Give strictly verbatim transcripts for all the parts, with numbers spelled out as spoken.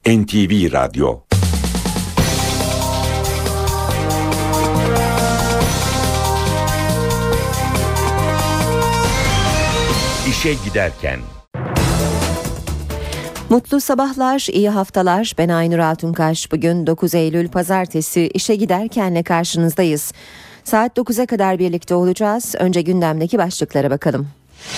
N T V Radyo. İşe giderken. Mutlu sabahlar, iyi haftalar. Ben Aynur Altunkaş. Bugün dokuz Eylül Pazartesi. İşe giderkenle karşınızdayız. Saat dokuza kadar birlikte olacağız. Önce gündemdeki başlıklara bakalım.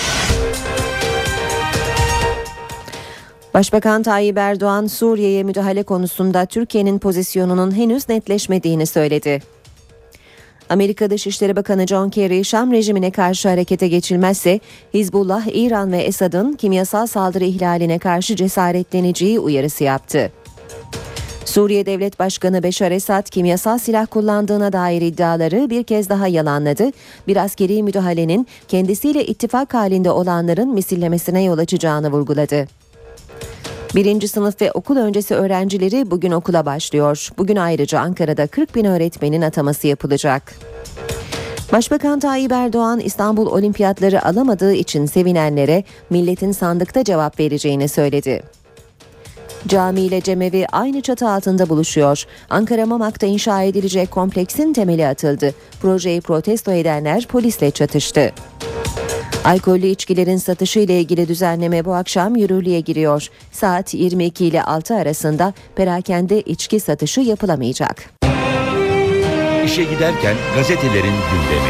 Başbakan Tayyip Erdoğan, Suriye'ye müdahale konusunda Türkiye'nin pozisyonunun henüz netleşmediğini söyledi. Amerika Dışişleri Bakanı John Kerry, Şam rejimine karşı harekete geçilmezse Hizbullah, İran ve Esad'ın kimyasal saldırı ihlaline karşı cesaretleneceği uyarısı yaptı. Suriye Devlet Başkanı Beşar Esad, kimyasal silah kullandığına dair iddiaları bir kez daha yalanladı. Bir askeri müdahalenin kendisiyle ittifak halinde olanların misillemesine yol açacağını vurguladı. Birinci sınıf ve okul öncesi öğrencileri bugün okula başlıyor. Bugün ayrıca Ankara'da kırk bin öğretmenin ataması yapılacak. Başbakan Tayyip Erdoğan, İstanbul Olimpiyatları alamadığı için sevinenlere milletin sandıkta cevap vereceğini söyledi. Cami ile cemevi aynı çatı altında buluşuyor. Ankara Mamak'ta inşa edilecek kompleksin temeli atıldı. Projeyi protesto edenler polisle çatıştı. Alkollü içkilerin satışı ile ilgili düzenleme bu akşam yürürlüğe giriyor. Saat yirmi iki ile altı arasında perakende içki satışı yapılamayacak. İşe giderken gazetelerin gündemi.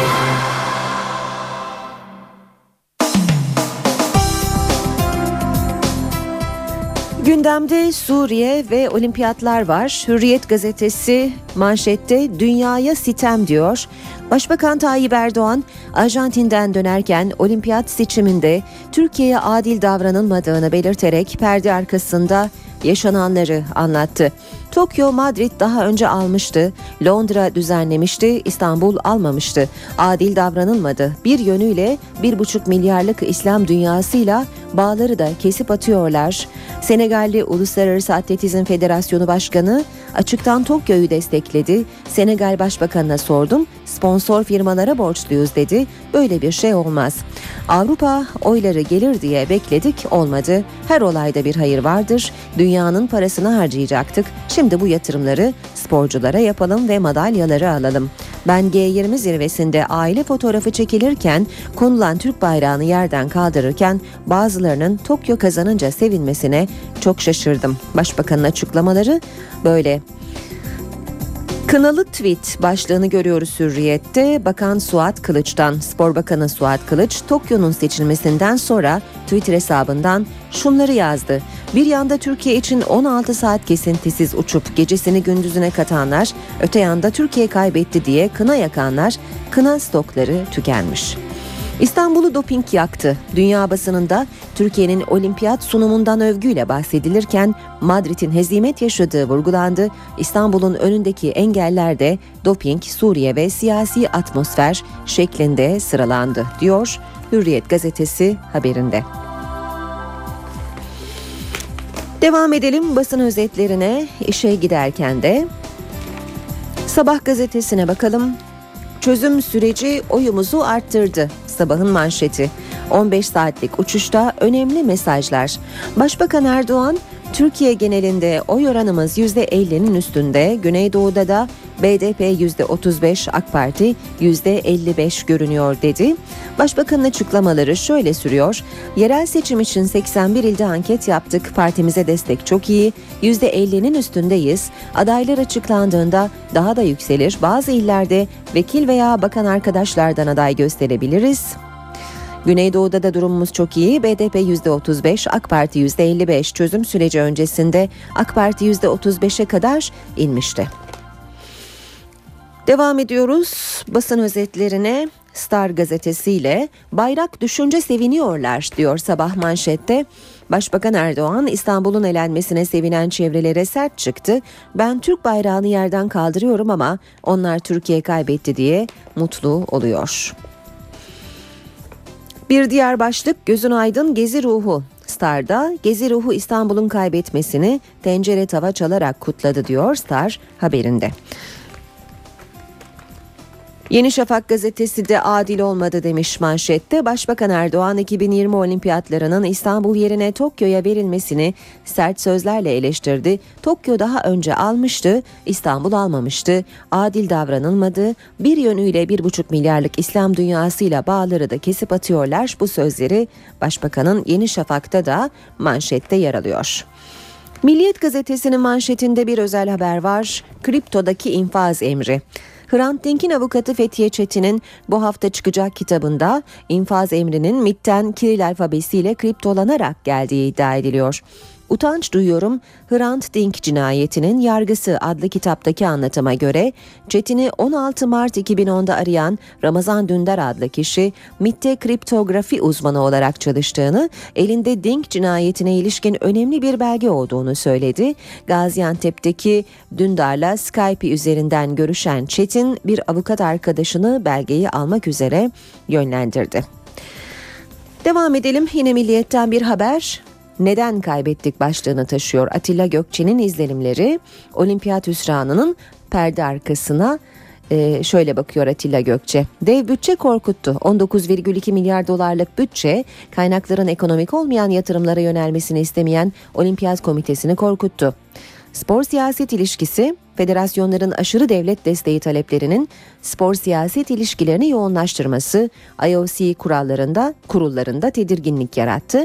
Gündemde Suriye ve olimpiyatlar var. Hürriyet gazetesi manşette dünyaya sitem diyor. Başbakan Tayyip Erdoğan, Arjantin'den dönerken olimpiyat seçiminde Türkiye'ye adil davranılmadığını belirterek perde arkasında yaşananları anlattı. Tokyo, Madrid daha önce almıştı, Londra düzenlemişti, İstanbul almamıştı. Adil davranılmadı. Bir yönüyle bir buçuk milyarlık İslam dünyasıyla bağları da kesip atıyorlar. Senegalli Uluslararası Atletizm Federasyonu Başkanı açıktan Tokyo'yu destekledi. Senegal Başbakanı'na sordum, sponsor firmalara borçluyuz dedi. Böyle bir şey olmaz. Avrupa oyları gelir diye bekledik, olmadı. Her olayda bir hayır vardır. Dünyanın parasını harcayacaktık. Şimdi bu yatırımları sporculara yapalım ve madalyaları alalım. Ben G yirmi zirvesinde aile fotoğrafı çekilirken konulan Türk bayrağını yerden kaldırırken bazılarının Tokyo kazanınca sevinmesine çok şaşırdım. Başbakanın açıklamaları böyle. Kınalı tweet başlığını görüyoruz Hürriyet'te. Bakan Suat Kılıç'tan, Spor Bakanı Suat Kılıç, Tokyo'nun seçilmesinden sonra Twitter hesabından şunları yazdı. Bir yanda Türkiye için on altı saat kesintisiz uçup gecesini gündüzüne katanlar, öte yanda Türkiye kaybetti diye kına yakanlar, kına stokları tükenmiş. İstanbul'u doping yaktı. Dünya basınında Türkiye'nin olimpiyat sunumundan övgüyle bahsedilirken Madrid'in hezimet yaşadığı vurgulandı. İstanbul'un önündeki engeller de doping, Suriye ve siyasi atmosfer şeklinde sıralandı, diyor Hürriyet gazetesi haberinde. Devam edelim basın özetlerine. İşe giderken de Sabah gazetesine bakalım. Çözüm süreci oyumuzu arttırdı. Sabahın manşeti. on beş saatlik uçuşta önemli mesajlar. Başbakan Erdoğan, Türkiye genelinde oy oranımız yüzde ellinin üstünde, Güneydoğu'da da B D P yüzde otuz beş, AK Parti yüzde elli beş görünüyor dedi. Başbakanın açıklamaları şöyle sürüyor. Yerel seçim için seksen bir ilde anket yaptık. Partimize destek çok iyi. yüzde ellinin üstündeyiz. Adaylar açıklandığında daha da yükselir. Bazı illerde vekil veya bakan arkadaşlardan aday gösterebiliriz. Güneydoğu'da da durumumuz çok iyi. B D P yüzde otuz beş, AK Parti yüzde elli beş. Çözüm süreci öncesinde AK Parti yüzde otuz beşe kadar inmişti. Devam ediyoruz basın özetlerine. Star gazetesiyle bayrak düşünce seviniyorlar diyor sabah manşette. Başbakan Erdoğan, İstanbul'un elenmesine sevinen çevrelere sert çıktı. Ben Türk bayrağını yerden kaldırıyorum ama onlar Türkiye kaybetti diye mutlu oluyor. Bir diğer başlık gözün aydın gezi ruhu. Star'da gezi ruhu İstanbul'un kaybetmesini tencere tava çalarak kutladı diyor Star haberinde. Yeni Şafak gazetesi de adil olmadı demiş manşette. Başbakan Erdoğan iki bin yirmi olimpiyatlarının İstanbul yerine Tokyo'ya verilmesini sert sözlerle eleştirdi. Tokyo daha önce almıştı, İstanbul almamıştı. Adil davranılmadı. Bir yönüyle bir buçuk milyarlık İslam dünyasıyla bağları da kesip atıyorlar. Bu sözleri Başbakanın Yeni Şafak'ta da manşette yer alıyor. Milliyet gazetesinin manşetinde bir özel haber var. Kriptodaki infaz emri. Hrant Dink'in avukatı Fethiye Çetin'in bu hafta çıkacak kitabında infaz emrinin M İ T'ten Kiril alfabesiyle kriptolanarak geldiği iddia ediliyor. Utanç duyuyorum, Hrant Dink cinayetinin yargısı adlı kitaptaki anlatıma göre Çetin'i on altı Mart iki bin onda arayan Ramazan Dündar adlı kişi M İ T'te kriptografi uzmanı olarak çalıştığını, elinde Dink cinayetine ilişkin önemli bir belge olduğunu söyledi. Gaziantep'teki Dündar'la Skype üzerinden görüşen Çetin bir avukat arkadaşını belgeyi almak üzere yönlendirdi. Devam edelim, yine Milliyet'ten bir haber. Neden kaybettik başlığını taşıyor. Atilla Gökçe'nin izlenimleri olimpiyat hüsranının perde arkasına e, şöyle bakıyor Atilla Gökçe. Dev bütçe korkuttu. on dokuz virgül iki milyar dolarlık bütçe kaynakların ekonomik olmayan yatırımlara yönelmesini istemeyen olimpiyat komitesini korkuttu. Spor siyaset ilişkisi, federasyonların aşırı devlet desteği taleplerinin spor siyaset ilişkilerini yoğunlaştırması I O C kurallarında, kurullarında tedirginlik yarattı.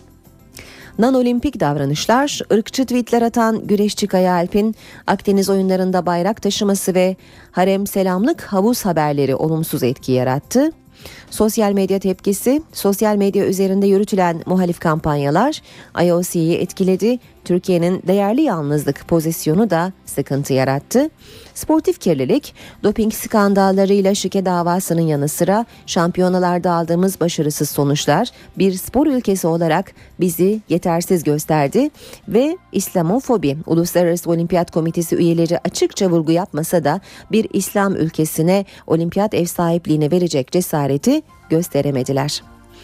Non-olimpik davranışlar, ırkçı tweetler atan güreşçi Kaya Alp'in Akdeniz oyunlarında bayrak taşıması ve harem selamlık havuz haberleri olumsuz etki yarattı. Sosyal medya tepkisi, sosyal medya üzerinde yürütülen muhalif kampanyalar I O C'yi etkiledi. Türkiye'nin değerli yalnızlık pozisyonu da sıkıntı yarattı. Sportif kirlilik, doping skandallarıyla şike davasının yanı sıra şampiyonalarda aldığımız başarısız sonuçlar bir spor ülkesi olarak bizi yetersiz gösterdi ve İslamofobi, Uluslararası Olimpiyat Komitesi üyeleri açıkça vurgu yapmasa da bir İslam ülkesine olimpiyat ev sahipliğini verecek cesareti gösteremediler.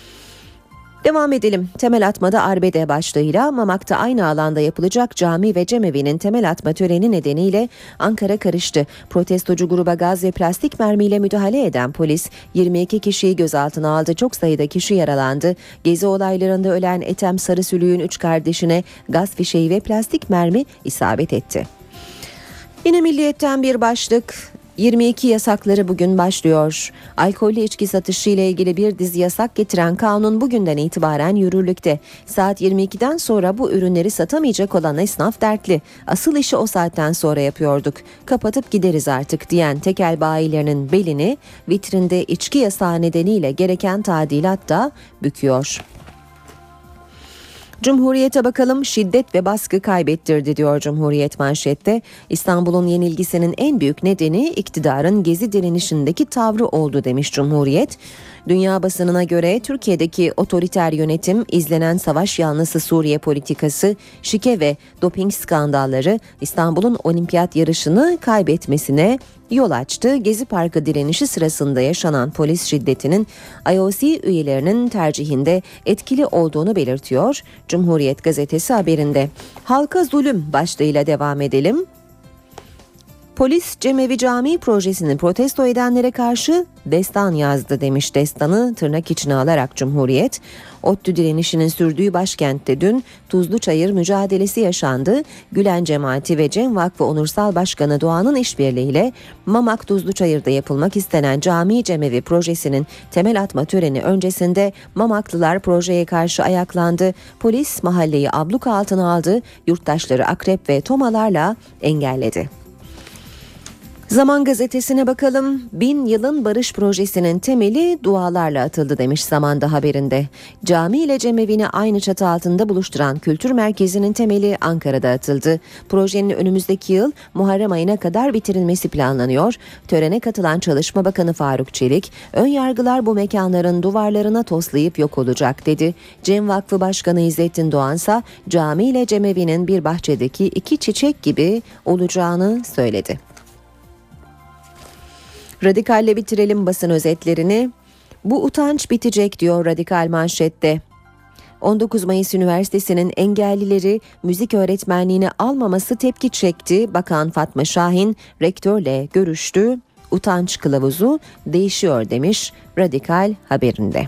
Devam edelim. Temel atmada arbede başlığıyla Mamak'ta aynı alanda yapılacak cami ve cemevi'nin temel atma töreni nedeniyle Ankara karıştı. Protestocu gruba gaz ve plastik mermiyle müdahale eden polis yirmi iki kişiyi gözaltına aldı. Çok sayıda kişi yaralandı. Gezi olaylarında ölen Ethem Sarısülüğün üç kardeşine gaz fişeği ve plastik mermi isabet etti. Yine Milliyet'ten bir başlık. yirmi iki yasakları bugün başlıyor. Alkollü içki satışı ile ilgili bir dizi yasak getiren kanun bugünden itibaren yürürlükte. Saat yirmi ikiden sonra bu ürünleri satamayacak olan esnaf dertli. Asıl işi o saatten sonra yapıyorduk. Kapatıp gideriz artık diyen tekel bayilerinin belini vitrinde içki yasağı nedeniyle gereken tadilat da büküyor. Cumhuriyet'e bakalım. Şiddet ve baskı kaybettirdi diyor Cumhuriyet manşette. İstanbul'un yenilgisinin en büyük nedeni iktidarın Gezi direnişindeki tavrı oldu demiş Cumhuriyet. Dünya basınına göre Türkiye'deki otoriter yönetim, izlenen savaş yanlısı Suriye politikası, şike ve doping skandalları İstanbul'un olimpiyat yarışını kaybetmesine yol açtı. Gezi Parkı direnişi sırasında yaşanan polis şiddetinin I O C üyelerinin tercihinde etkili olduğunu belirtiyor Cumhuriyet gazetesi haberinde. Halka zulüm başlığıyla devam edelim. Polis Cemevi Camii projesini protesto edenlere karşı destan yazdı demiş. Destanı tırnak içine alarak Cumhuriyet. ODTÜ direnişinin sürdüğü başkentte dün Tuzluçayır mücadelesi yaşandı. Gülen Cemaati ve Cem Vakfı Onursal Başkanı Doğan'ın işbirliğiyle Mamak Tuzluçayır'da yapılmak istenen Cami Cemevi projesinin temel atma töreni öncesinde Mamaklılar projeye karşı ayaklandı. Polis mahalleyi abluka altına aldı. Yurttaşları akrep ve tomalarla engelledi. Zaman gazetesine bakalım. Bin yılın barış projesinin temeli dualarla atıldı demiş Zaman'da haberinde. Cami ile cemevi'ni aynı çatı altında buluşturan kültür merkezinin temeli Ankara'da atıldı. Projenin önümüzdeki yıl Muharrem ayına kadar bitirilmesi planlanıyor. Törene katılan Çalışma Bakanı Faruk Çelik, ön yargılar bu mekanların duvarlarına toslayıp yok olacak dedi. Cem Vakfı Başkanı İzzettin Doğansa cami ile cemevi'nin bir bahçedeki iki çiçek gibi olacağını söyledi. Radikal'le bitirelim basın özetlerini. Bu utanç bitecek diyor Radikal manşette. on dokuz Mayıs Üniversitesi'nin engellileri müzik öğretmenliğine almaması tepki çekti. Bakan Fatma Şahin rektörle görüştü, utanç kılavuzu değişiyor demiş Radikal haberinde.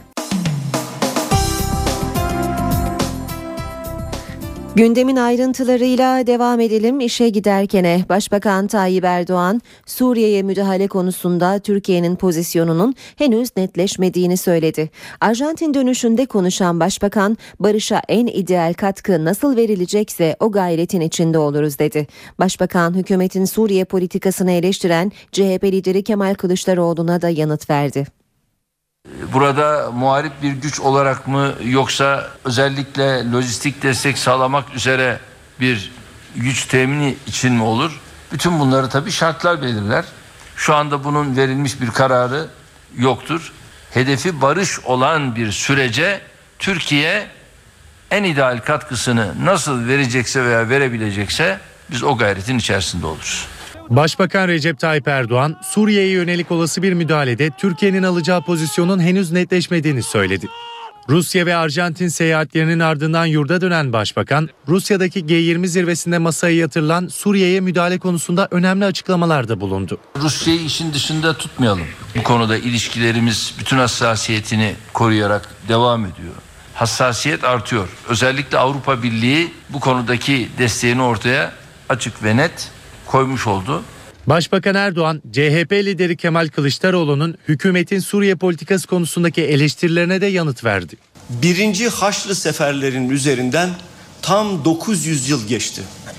Gündemin ayrıntılarıyla devam edelim. İşe giderkene Başbakan Tayyip Erdoğan, Suriye'ye müdahale konusunda Türkiye'nin pozisyonunun henüz netleşmediğini söyledi. Arjantin dönüşünde konuşan Başbakan, barışa en ideal katkı nasıl verilecekse o gayretin içinde oluruz dedi. Başbakan, hükümetin Suriye politikasını eleştiren C H P lideri Kemal Kılıçdaroğlu'na da yanıt verdi. Burada muharip bir güç olarak mı, yoksa özellikle lojistik destek sağlamak üzere bir güç temini için mi olur? Bütün bunları tabii şartlar belirler. Şu anda bunun verilmiş bir kararı yoktur. Hedefi barış olan bir sürece Türkiye en ideal katkısını nasıl verecekse veya verebilecekse biz o gayretin içerisinde oluruz. Başbakan Recep Tayyip Erdoğan, Suriye'ye yönelik olası bir müdahalede Türkiye'nin alacağı pozisyonun henüz netleşmediğini söyledi. Rusya ve Arjantin seyahatlerinin ardından yurda dönen Başbakan, Rusya'daki G yirmi zirvesinde masaya yatırılan Suriye'ye müdahale konusunda önemli açıklamalarda bulundu. Rusya'yı işin dışında tutmayalım. Bu konuda ilişkilerimiz bütün hassasiyetini koruyarak devam ediyor. Hassasiyet artıyor. Özellikle Avrupa Birliği bu konudaki desteğini ortaya açık ve net koymuş oldu. Başbakan Erdoğan, C H P lideri Kemal Kılıçdaroğlu'nun hükümetin Suriye politikası konusundaki eleştirilerine de yanıt verdi. Birinci Haçlı seferlerin üzerinden tam dokuz yüz yıl geçti.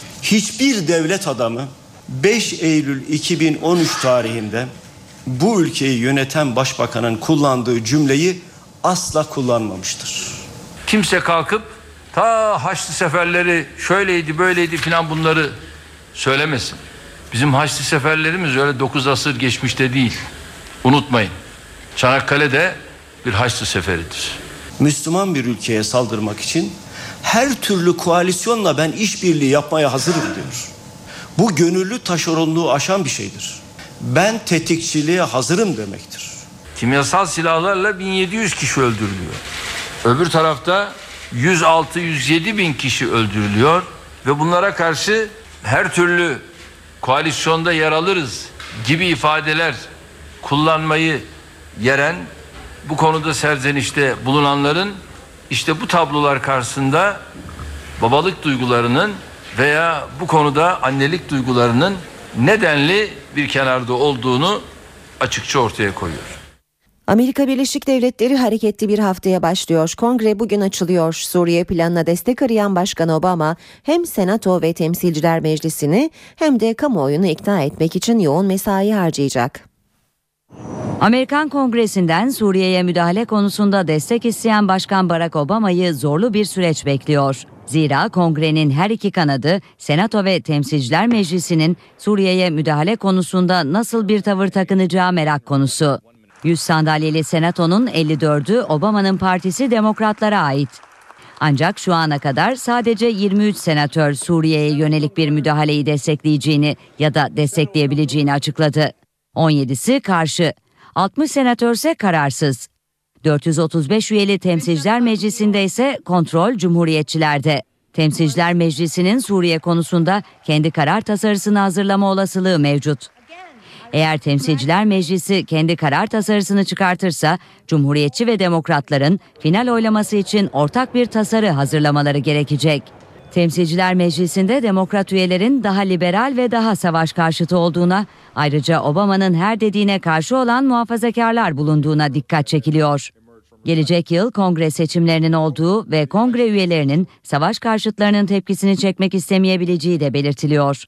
Hiçbir devlet adamı beş Eylül iki bin on üç tarihinde bu ülkeyi yöneten başbakanın kullandığı cümleyi asla kullanmamıştır. Kimse kalkıp ta Haçlı seferleri şöyleydi böyleydi filan bunları söylemesin. Bizim Haçlı seferlerimiz öyle dokuz asır geçmişte değil. Unutmayın. Çanakkale de bir Haçlı seferidir. Müslüman bir ülkeye saldırmak için her türlü koalisyonla ben işbirliği yapmaya hazırım diyor. Bu gönüllü taşeronluğu aşan bir şeydir. Ben tetikçiliğe hazırım demektir. Kimyasal silahlarla bin yedi yüz kişi öldürülüyor. Öbür tarafta yüz altı yüz yedi bin kişi öldürülüyor ve bunlara karşı her türlü koalisyonda yer alırız gibi ifadeler kullanmayı yeren, bu konuda serzenişte bulunanların işte bu tablolar karşısında babalık duygularının veya bu konuda annelik duygularının nedenli bir kenarda olduğunu açıkça ortaya koyuyor. Amerika Birleşik Devletleri hareketli bir haftaya başlıyor. Kongre bugün açılıyor. Suriye planına destek arayan Başkan Obama hem Senato ve Temsilciler Meclisi'ni hem de kamuoyunu ikna etmek için yoğun mesai harcayacak. Amerikan Kongresi'nden Suriye'ye müdahale konusunda destek isteyen Başkan Barack Obama'yı zorlu bir süreç bekliyor. Zira Kongre'nin her iki kanadı Senato ve Temsilciler Meclisi'nin Suriye'ye müdahale konusunda nasıl bir tavır takınacağı merak konusu. yüz sandalyeli Senato'nun elli dördü Obama'nın partisi Demokratlara ait. Ancak şu ana kadar sadece yirmi üç senatör Suriye'ye yönelik bir müdahaleyi destekleyeceğini ya da destekleyebileceğini açıkladı. on yedisi karşı, altmış senatör ise kararsız. dört yüz otuz beş üyeli Temsilciler Meclisi'nde ise kontrol Cumhuriyetçilerde. Temsilciler Meclisi'nin Suriye konusunda kendi karar tasarısını hazırlama olasılığı mevcut. Eğer Temsilciler Meclisi kendi karar tasarısını çıkartırsa, Cumhuriyetçi ve Demokratların final oylaması için ortak bir tasarı hazırlamaları gerekecek. Temsilciler Meclisi'nde Demokrat üyelerin daha liberal ve daha savaş karşıtı olduğuna, ayrıca Obama'nın her dediğine karşı olan muhafazakarlar bulunduğuna dikkat çekiliyor. Gelecek yıl kongre seçimlerinin olduğu ve kongre üyelerinin savaş karşıtlarının tepkisini çekmek istemeyebileceği de belirtiliyor.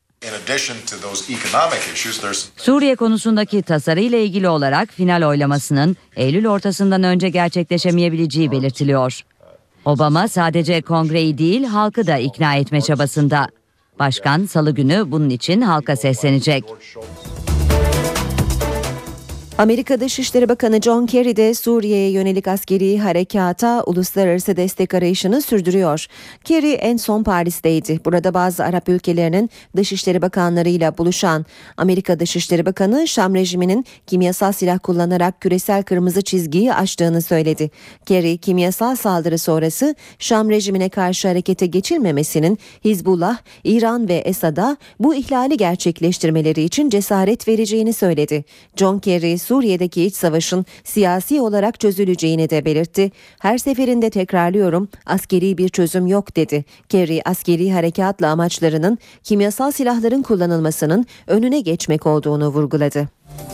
Suriye konusundaki tasarıyla ilgili olarak final oylamasının Eylül ortasından önce gerçekleşemeyebileceği belirtiliyor. Obama sadece kongreyi değil halkı da ikna etme çabasında. Başkan Salı günü bunun için halka seslenecek. Amerika Dışişleri Bakanı John Kerry de Suriye'ye yönelik askeri harekata uluslararası destek arayışını sürdürüyor. Kerry en son Paris'teydi. Burada bazı Arap ülkelerinin dışişleri bakanlarıyla buluşan Amerika Dışişleri Bakanı Şam rejiminin kimyasal silah kullanarak küresel kırmızı çizgiyi aştığını söyledi. Kerry, kimyasal saldırı sonrası Şam rejimine karşı harekete geçilmemesinin Hizbullah, İran ve Esad'a bu ihlali gerçekleştirmeleri için cesaret vereceğini söyledi. John Kerry, Suriye'deki iç savaşın siyasi olarak çözüleceğini de belirtti. Her seferinde tekrarlıyorum, askeri bir çözüm yok dedi. Kerry, askeri harekatla amaçlarının kimyasal silahların kullanılmasının önüne geçmek olduğunu vurguladı.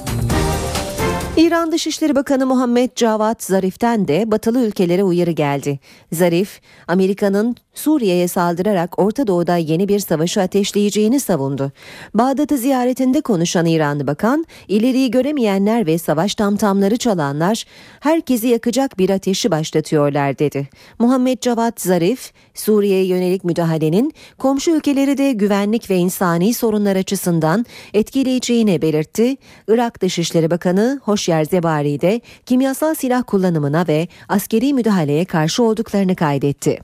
İran Dışişleri Bakanı Muhammed Cavad Zarif'ten de batılı ülkelere uyarı geldi. Zarif, Amerika'nın Suriye'ye saldırarak Orta Doğu'da yeni bir savaşı ateşleyeceğini savundu. Bağdat'ı ziyaretinde konuşan İranlı bakan, ileriyi göremeyenler ve savaş tamtamları çalanlar herkesi yakacak bir ateşi başlatıyorlar dedi. Muhammed Cavad Zarif, Suriye'ye yönelik müdahalenin komşu ülkeleri de güvenlik ve insani sorunlar açısından etkileyeceğini belirtti. Irak Dışişleri Bakanı Hoşyer Zebari de kimyasal silah kullanımına ve askeri müdahaleye karşı olduklarını kaydetti.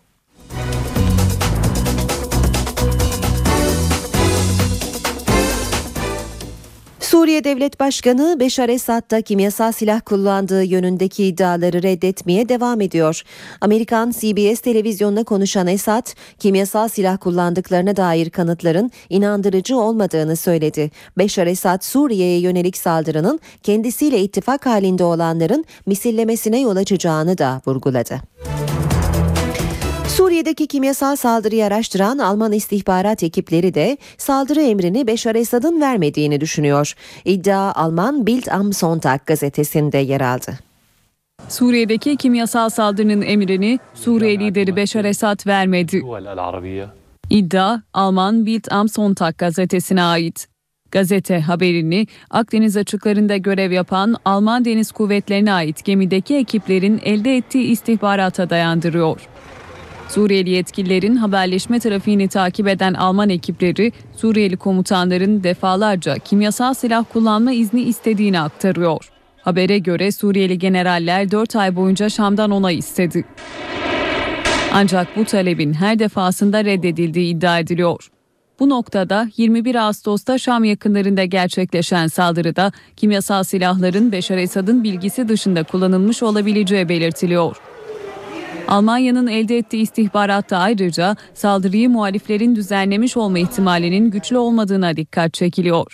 Suriye Devlet Başkanı Beşar Esad da kimyasal silah kullandığı yönündeki iddiaları reddetmeye devam ediyor. Amerikan C B S televizyonuna konuşan Esad, kimyasal silah kullandıklarına dair kanıtların inandırıcı olmadığını söyledi. Beşar Esad, Suriye'ye yönelik saldırının kendisiyle ittifak halinde olanların misillemesine yol açacağını da vurguladı. Suriye'deki kimyasal saldırıyı araştıran Alman istihbarat ekipleri de saldırı emrini Beşar Esad'ın vermediğini düşünüyor. İddia Alman Bild am Sonntag gazetesinde yer aldı. Suriye'deki kimyasal saldırının emrini Suriye lideri Beşar Esad vermedi. İddia Alman Bild am Sonntag gazetesine ait. Gazete haberini Akdeniz açıklarında görev yapan Alman Deniz Kuvvetleri'ne ait gemideki ekiplerin elde ettiği istihbarata dayandırıyor. Suriyeli yetkililerin haberleşme trafiğini takip eden Alman ekipleri, Suriyeli komutanların defalarca kimyasal silah kullanma izni istediğini aktarıyor. Habere göre Suriyeli generaller dört ay boyunca Şam'dan onay istedi. Ancak bu talebin her defasında reddedildiği iddia ediliyor. Bu noktada yirmi bir Ağustos'ta Şam yakınlarında gerçekleşen saldırıda kimyasal silahların Beşar Esad'ın bilgisi dışında kullanılmış olabileceği belirtiliyor. Almanya'nın elde ettiği istihbaratta ayrıca saldırıyı muhaliflerin düzenlemiş olma ihtimalinin güçlü olmadığına dikkat çekiliyor.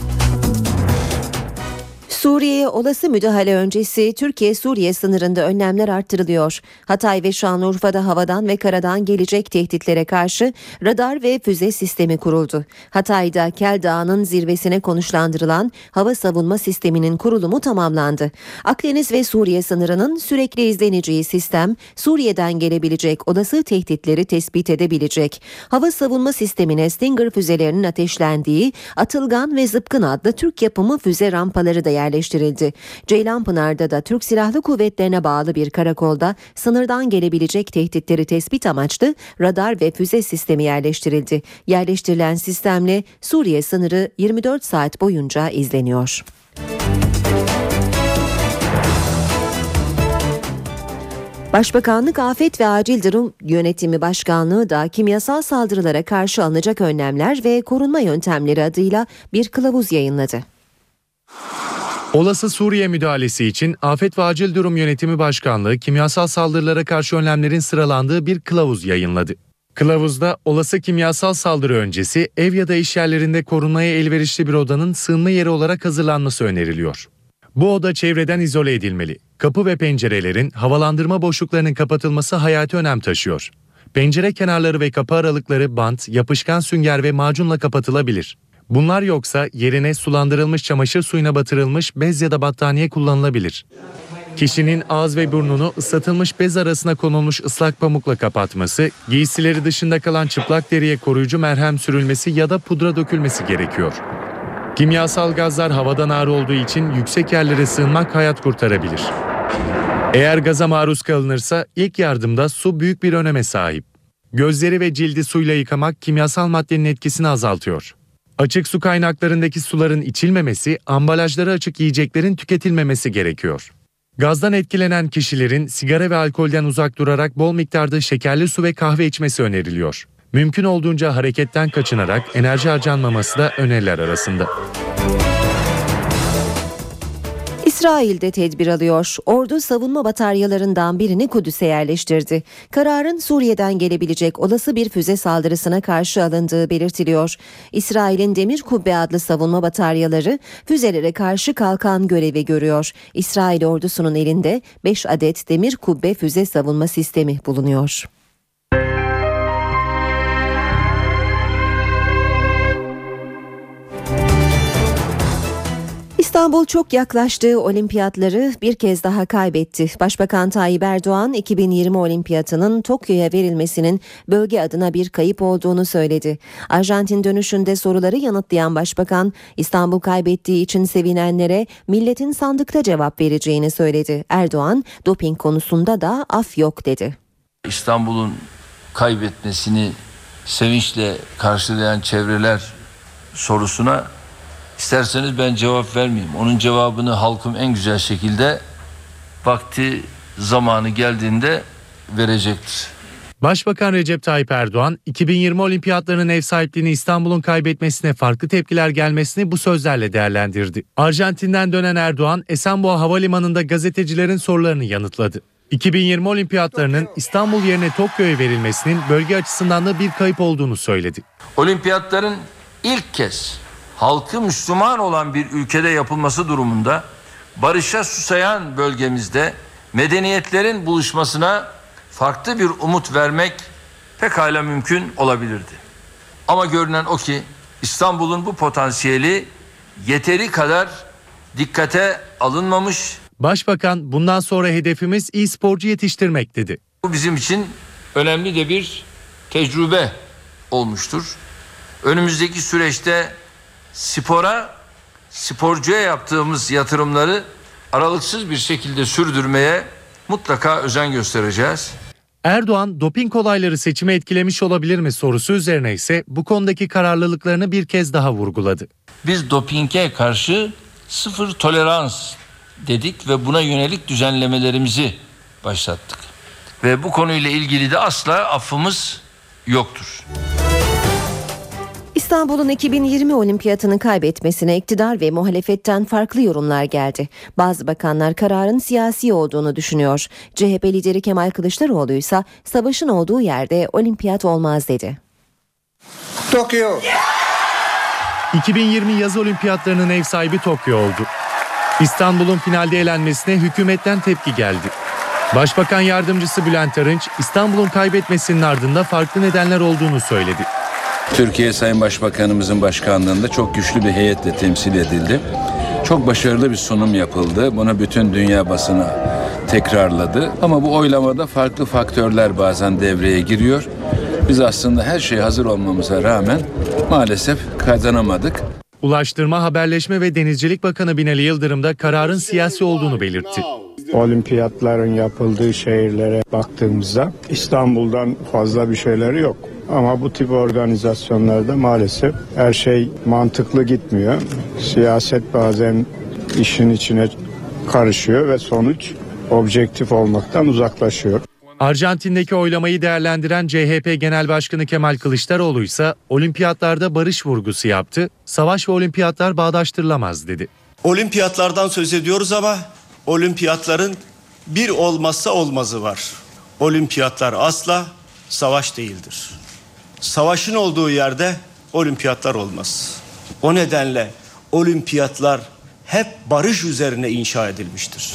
Suriye'ye olası müdahale öncesi Türkiye-Suriye sınırında önlemler arttırılıyor. Hatay ve Şanlıurfa'da havadan ve karadan gelecek tehditlere karşı radar ve füze sistemi kuruldu. Hatay'da Kel Dağı'nın zirvesine konuşlandırılan hava savunma sisteminin kurulumu tamamlandı. Akdeniz ve Suriye sınırının sürekli izleneceği sistem, Suriye'den gelebilecek olası tehditleri tespit edebilecek. Hava savunma sistemine Stinger füzelerinin ateşlendiği Atılgan ve Zıpkın adlı Türk yapımı füze rampaları da yerleştirildi. Ceylanpınar'da da Türk Silahlı Kuvvetlerine bağlı bir karakolda sınırdan gelebilecek tehditleri tespit amaçlı radar ve füze sistemi yerleştirildi. Yerleştirilen sistemle Suriye sınırı yirmi dört saat boyunca izleniyor. Başbakanlık Afet ve Acil Durum Yönetimi Başkanlığı da kimyasal saldırılara karşı alınacak önlemler ve korunma yöntemleri adıyla bir kılavuz yayınladı. Olası Suriye müdahalesi için Afet ve Acil Durum Yönetimi Başkanlığı kimyasal saldırılara karşı önlemlerin sıralandığı bir kılavuz yayınladı. Kılavuzda olası kimyasal saldırı öncesi ev ya da iş yerlerinde korunmaya elverişli bir odanın sığınma yeri olarak hazırlanması öneriliyor. Bu oda çevreden izole edilmeli. Kapı ve pencerelerin havalandırma boşluklarının kapatılması hayati önem taşıyor. Pencere kenarları ve kapı aralıkları bant, yapışkan sünger ve macunla kapatılabilir. Bunlar yoksa yerine sulandırılmış çamaşır suyuna batırılmış bez ya da battaniye kullanılabilir. Kişinin ağız ve burnunu ıslatılmış bez arasına konulmuş ıslak pamukla kapatması, giysileri dışında kalan çıplak deriye koruyucu merhem sürülmesi ya da pudra dökülmesi gerekiyor. Kimyasal gazlar havadan ağır olduğu için yüksek yerlere sığınmak hayat kurtarabilir. Eğer gaza maruz kalınırsa ilk yardımda su büyük bir öneme sahip. Gözleri ve cildi suyla yıkamak kimyasal maddenin etkisini azaltıyor. Açık su kaynaklarındaki suların içilmemesi, ambalajları açık yiyeceklerin tüketilmemesi gerekiyor. Gazdan etkilenen kişilerin sigara ve alkolden uzak durarak bol miktarda şekerli su ve kahve içmesi öneriliyor. Mümkün olduğunca hareketten kaçınarak enerji harcanmaması da öneriler arasında. İsrail'de tedbir alıyor. Ordu savunma bataryalarından birini Kudüs'e yerleştirdi. Kararın Suriye'den gelebilecek olası bir füze saldırısına karşı alındığı belirtiliyor. İsrail'in Demir Kubbe adlı savunma bataryaları füzelere karşı kalkan görevi görüyor. İsrail ordusunun elinde beş adet Demir Kubbe füze savunma sistemi bulunuyor. İstanbul çok yaklaştığı olimpiyatları bir kez daha kaybetti. Başbakan Tayyip Erdoğan iki bin yirmi olimpiyatının Tokyo'ya verilmesinin bölge adına bir kayıp olduğunu söyledi. Arjantin dönüşünde soruları yanıtlayan başbakan, İstanbul kaybettiği için sevinenlere milletin sandıkta cevap vereceğini söyledi. Erdoğan, doping konusunda da af yok dedi. İstanbul'un kaybetmesini sevinçle karşılayan çevreler sorusuna İsterseniz ben cevap vermeyeyim. Onun cevabını halkım en güzel şekilde vakti zamanı geldiğinde verecektir. Başbakan Recep Tayyip Erdoğan, iki bin yirmi olimpiyatlarının ev sahipliğini İstanbul'un kaybetmesine farklı tepkiler gelmesini bu sözlerle değerlendirdi. Arjantin'den dönen Erdoğan, Esenboğa Havalimanı'nda gazetecilerin sorularını yanıtladı. iki bin yirmi olimpiyatlarının İstanbul yerine Tokyo'ya verilmesinin bölge açısından da bir kayıp olduğunu söyledi. Olimpiyatların ilk kez halkı Müslüman olan bir ülkede yapılması durumunda barışa susayan bölgemizde medeniyetlerin buluşmasına farklı bir umut vermek pekala mümkün olabilirdi. Ama görünen o ki İstanbul'un bu potansiyeli yeteri kadar dikkate alınmamış. Başbakan, bundan sonra hedefimiz iyi sporcu yetiştirmek dedi. Bu bizim için önemli de bir tecrübe olmuştur. Önümüzdeki süreçte spora, sporcuya yaptığımız yatırımları aralıksız bir şekilde sürdürmeye mutlaka özen göstereceğiz. Erdoğan, doping olayları seçimi etkilemiş olabilir mi sorusu üzerine ise bu konudaki kararlılıklarını bir kez daha vurguladı. Biz dopinge karşı sıfır tolerans dedik ve buna yönelik düzenlemelerimizi başlattık. Ve bu konuyla ilgili de asla affımız yoktur. İstanbul'un iki bin yirmi olimpiyatını kaybetmesine iktidar ve muhalefetten farklı yorumlar geldi. Bazı bakanlar kararın siyasi olduğunu düşünüyor. C H P lideri Kemal Kılıçdaroğlu ise savaşın olduğu yerde olimpiyat olmaz dedi. Tokyo. iki bin yirmi yaz olimpiyatlarının ev sahibi Tokyo oldu. İstanbul'un finalde elenmesine hükümetten tepki geldi. Başbakan Yardımcısı Bülent Arınç, İstanbul'un kaybetmesinin ardında farklı nedenler olduğunu söyledi. Türkiye Sayın Başbakanımızın başkanlığında çok güçlü bir heyetle temsil edildi. Çok başarılı bir sunum yapıldı. Bunu bütün dünya basını tekrarladı. Ama bu oylamada farklı faktörler bazen devreye giriyor. Biz aslında her şey hazır olmamıza rağmen maalesef kazanamadık. Ulaştırma, Haberleşme ve Denizcilik Bakanı Binali Yıldırım da kararın siyasi olduğunu belirtti. Olimpiyatların yapıldığı şehirlere baktığımızda İstanbul'dan fazla bir şeyleri yok. Ama bu tip organizasyonlarda maalesef her şey mantıklı gitmiyor. Siyaset bazen işin içine karışıyor ve sonuç objektif olmaktan uzaklaşıyor. Arjantin'deki oylamayı değerlendiren C H P Genel Başkanı Kemal Kılıçdaroğlu ise olimpiyatlarda barış vurgusu yaptı. Savaş ve olimpiyatlar bağdaştırılamaz dedi. Olimpiyatlardan söz ediyoruz ama olimpiyatların bir olmazsa olmazı var. Olimpiyatlar asla savaş değildir. Savaşın olduğu yerde olimpiyatlar olmaz. O nedenle olimpiyatlar hep barış üzerine inşa edilmiştir.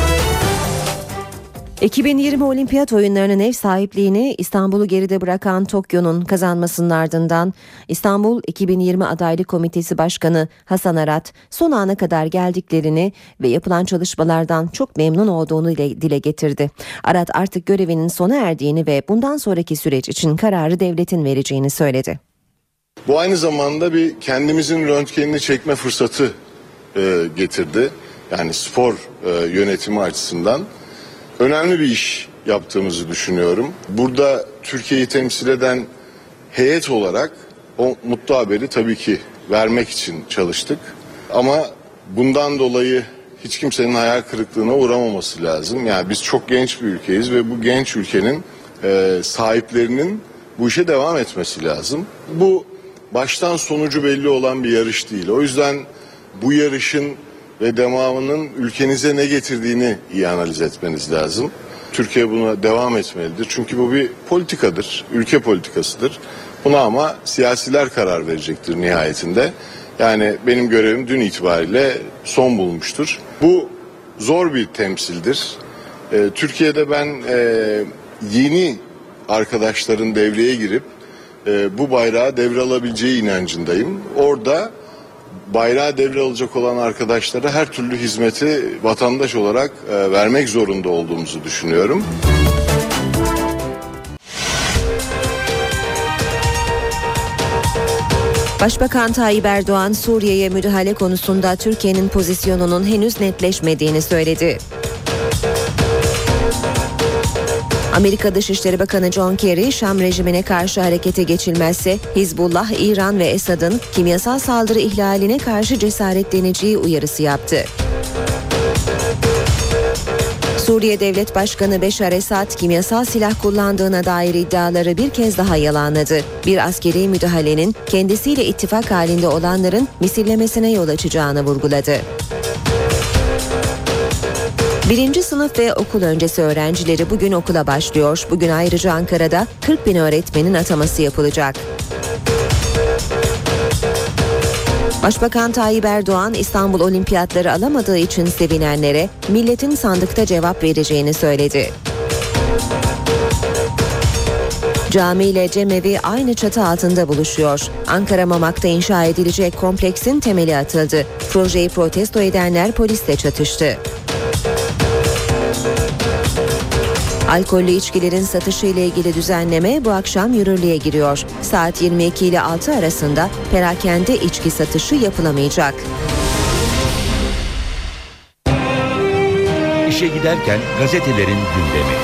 iki bin yirmi Olimpiyat Oyunları'nın ev sahipliğini İstanbul'u geride bırakan Tokyo'nun kazanmasının ardından İstanbul iki bin yirmi Adaylık Komitesi Başkanı Hasan Arat son ana kadar geldiklerini ve yapılan çalışmalardan çok memnun olduğunu dile getirdi. Arat artık görevinin sona erdiğini ve bundan sonraki süreç için kararı devletin vereceğini söyledi. Bu aynı zamanda bir kendimizin röntgenini çekme fırsatı e, getirdi. Yani spor e, yönetimi açısından önemli bir iş yaptığımızı düşünüyorum. Burada Türkiye'yi temsil eden heyet olarak o mutlu haberi tabii ki vermek için çalıştık. Ama bundan dolayı hiç kimsenin hayal kırıklığına uğramaması lazım. Yani biz çok genç bir ülkeyiz ve bu genç ülkenin e, sahiplerinin bu işe devam etmesi lazım. Bu baştan sonucu belli olan bir yarış değil. O yüzden bu yarışın ve devamının ülkenize ne getirdiğini iyi analiz etmeniz lazım. Türkiye buna devam etmelidir. Çünkü bu bir politikadır, ülke politikasıdır. Buna ama siyasiler karar verecektir nihayetinde. Yani benim görevim dün itibariyle son bulmuştur. Bu zor bir temsildir. Ee, Türkiye'de ben e, yeni arkadaşların devreye girip e, bu bayrağı devralabileceği inancındayım. Orada bayrağı devralacak olan arkadaşlara her türlü hizmeti vatandaş olarak e, vermek zorunda olduğumuzu düşünüyorum. Başbakan Tayyip Erdoğan, Suriye'ye müdahale konusunda Türkiye'nin pozisyonunun henüz netleşmediğini söyledi. Amerika Dışişleri Bakanı John Kerry, Şam rejimine karşı harekete geçilmezse Hizbullah, İran ve Esad'ın kimyasal saldırı ihlaline karşı cesaretleneceği uyarısı yaptı. Suriye Devlet Başkanı Beşar Esad, kimyasal silah kullandığına dair iddiaları bir kez daha yalanladı. Bir askeri müdahalenin kendisiyle ittifak halinde olanların misillemesine yol açacağını vurguladı. Birinci sınıf ve okul öncesi öğrencileri bugün okula başlıyor. Bugün ayrıca Ankara'da kırk bin öğretmenin ataması yapılacak. Başbakan Tayyip Erdoğan, İstanbul Olimpiyatları alamadığı için sevinenlere milletin sandıkta cevap vereceğini söyledi. Cami ile cemevi aynı çatı altında buluşuyor. Ankara Mamak'ta inşa edilecek kompleksin temeli atıldı. Projeyi protesto edenler polisle çatıştı. Alkollü içkilerin satışı ile ilgili düzenleme bu akşam yürürlüğe giriyor. Saat yirmi iki ile altı arasında perakende içki satışı yapılamayacak. İşe giderken gazetelerin gündemi.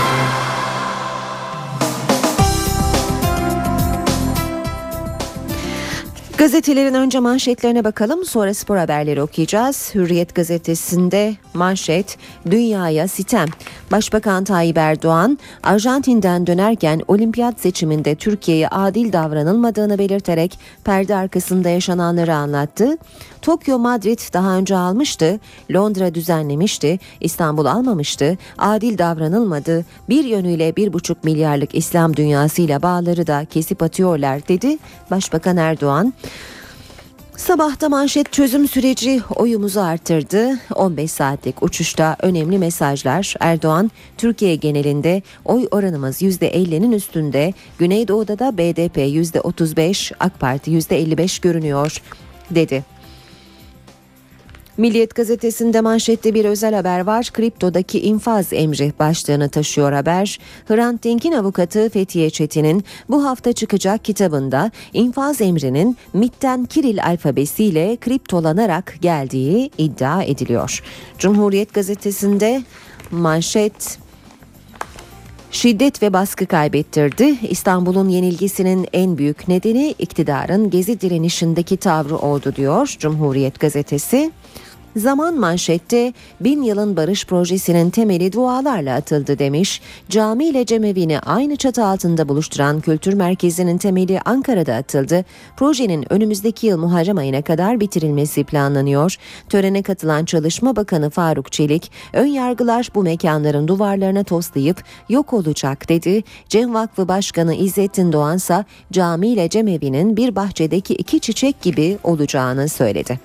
Gazetelerin önce manşetlerine bakalım, sonra spor haberleri okuyacağız. Hürriyet gazetesinde manşet, dünyaya sitem. Başbakan Tayyip Erdoğan, Arjantin'den dönerken olimpiyat seçiminde Türkiye'ye adil davranılmadığını belirterek perde arkasında yaşananları anlattı. Tokyo, Madrid daha önce almıştı, Londra düzenlemişti, İstanbul almamıştı, adil davranılmadı, bir yönüyle bir buçuk milyarlık İslam dünyasıyla bağları da kesip atıyorlar dedi Başbakan Erdoğan. Sabahta manşet, çözüm süreci oyumuzu arttırdı. on beş saatlik uçuşta önemli mesajlar. Erdoğan, Türkiye genelinde oy oranımız yüzde ellinin üstünde. Güneydoğu'da da B D P yüzde otuz beş, AK Parti yüzde elli beş görünüyor dedi. Milliyet gazetesinde manşette bir özel haber var. Kriptodaki infaz emri başlığını taşıyor haber. Hrant Dink'in avukatı Fethiye Çetin'in bu hafta çıkacak kitabında infaz emrinin M İ T'ten Kiril alfabesiyle kriptolanarak geldiği iddia ediliyor. Cumhuriyet gazetesinde manşet, şiddet ve baskı kaybettirdi. İstanbul'un yenilgisinin en büyük nedeni iktidarın Gezi direnişindeki tavrı oldu diyor Cumhuriyet gazetesi. Zaman manşette, bin yılın barış projesinin temeli dualarla atıldı demiş. Cami ile cemevini aynı çatı altında buluşturan kültür merkezinin temeli Ankara'da atıldı. Projenin önümüzdeki yıl Muharrem ayına kadar bitirilmesi planlanıyor. Törene katılan Çalışma Bakanı Faruk Çelik, ön yargılar bu mekanların duvarlarına toslayıp yok olacak dedi. Cem Vakfı Başkanı İzzettin Doğansa, cami ile cemevinin bir bahçedeki iki çiçek gibi olacağını söyledi.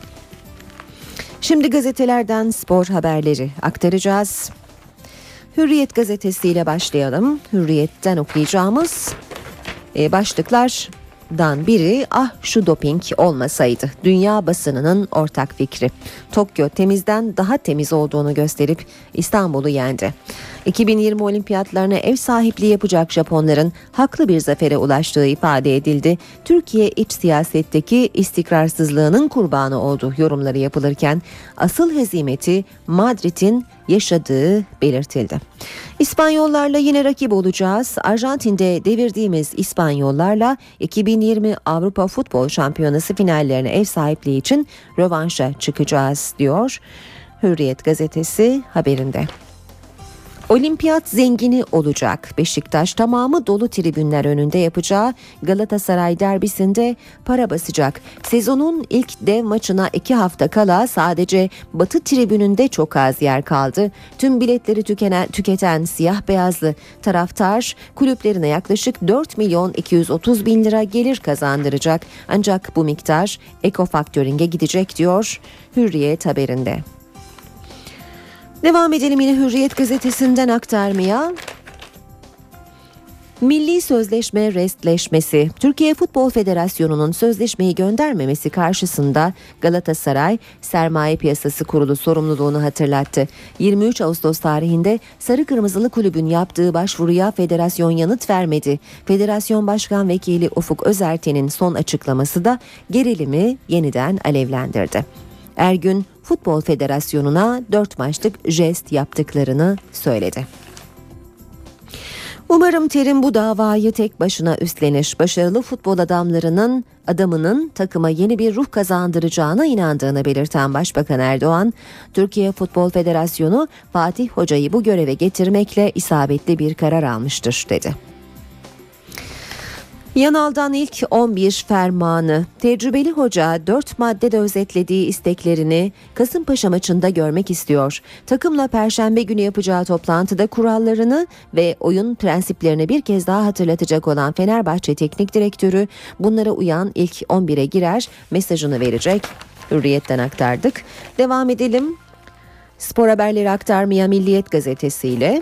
Şimdi gazetelerden spor haberleri aktaracağız. Hürriyet gazetesiyle başlayalım. Hürriyet'ten okuyacağımız e, başlıklardan biri, ah şu doping olmasaydı. Dünya basınının ortak fikri. Tokyo temizden daha temiz olduğunu gösterip İstanbul'u yendi. iki bin yirmi olimpiyatlarına ev sahipliği yapacak Japonların haklı bir zafere ulaştığı ifade edildi. Türkiye iç siyasetteki istikrarsızlığının kurbanı oldu yorumları yapılırken asıl hezimeti Madrid'in yaşadığı belirtildi. İspanyollarla yine rakip olacağız. Arjantin'de devirdiğimiz İspanyollarla iki bin yirmi Avrupa Futbol Şampiyonası finallerine ev sahipliği için rövanşa çıkacağız diyor Hürriyet gazetesi haberinde. Olimpiyat zengini olacak. Beşiktaş tamamı dolu tribünler önünde yapacağı Galatasaray derbisinde para basacak. Sezonun ilk dev maçına iki hafta kala sadece Batı tribününde çok az yer kaldı. Tüm biletleri tükenen, tüketen siyah beyazlı taraftar kulüplerine yaklaşık dört milyon iki yüz otuz bin lira gelir kazandıracak. Ancak bu miktar Ecofactoring'e gidecek diyor Hürriyet haberinde. Devam edelim yine Hürriyet gazetesinden aktarmaya. Milli sözleşme restleşmesi. Türkiye Futbol Federasyonu'nun sözleşmeyi göndermemesi karşısında Galatasaray Sermaye Piyasası Kurulu sorumluluğunu hatırlattı. yirmi üç Ağustos tarihinde Sarı Kırmızılı Kulübün yaptığı başvuruya federasyon yanıt vermedi. Federasyon Başkan Vekili Ufuk Özerten'in son açıklaması da gerilimi yeniden alevlendirdi. Ergün Futbol Federasyonu'na dört maçlık jest yaptıklarını söyledi. Umarım Terim bu davayı tek başına üstlenir. Başarılı futbol adamlarının adamının takıma yeni bir ruh kazandıracağına inandığını belirten Başbakan Erdoğan, Türkiye Futbol Federasyonu Fatih Hoca'yı bu göreve getirmekle isabetli bir karar almıştır dedi. Yanal'dan ilk on bir fermanı. Tecrübeli hoca dört maddede özetlediği isteklerini Kasımpaşa maçında görmek istiyor. Takımla Perşembe günü yapacağı toplantıda kurallarını ve oyun prensiplerini bir kez daha hatırlatacak olan Fenerbahçe Teknik Direktörü bunlara uyan ilk on bire girer mesajını verecek. Hürriyet'ten aktardık. Devam edelim. Spor haberleri aktarmaya Milliyet gazetesiyle.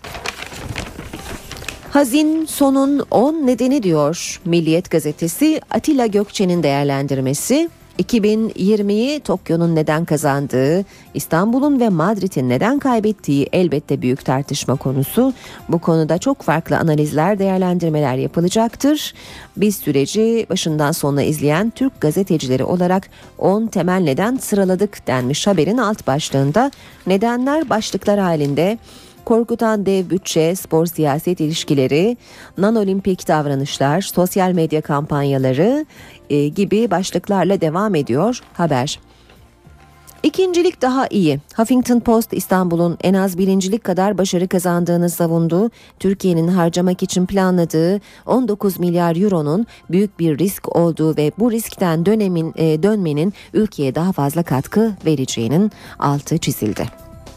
Hazin sonun on nedeni diyor Milliyet gazetesi. Atilla Gökçe'nin değerlendirmesi. iki bin yirmiyi Tokyo'nun neden kazandığı, İstanbul'un ve Madrid'in neden kaybettiği elbette büyük tartışma konusu. Bu konuda çok farklı analizler, değerlendirmeler yapılacaktır. Biz süreci başından sonuna izleyen Türk gazetecileri olarak on temel neden sıraladık denmiş haberin alt başlığında. Nedenler başlıklar halinde: korkutan dev bütçe, spor siyaset ilişkileri, non-olimpik davranışlar, sosyal medya kampanyaları e, gibi başlıklarla devam ediyor haber. İkincilik daha iyi. Huffington Post İstanbul'un en az birincilik kadar başarı kazandığını savundu. Türkiye'nin harcamak için planladığı on dokuz milyar euronun büyük bir risk olduğu ve bu riskten dönemin e, dönmenin ülkeye daha fazla katkı vereceğinin altı çizildi.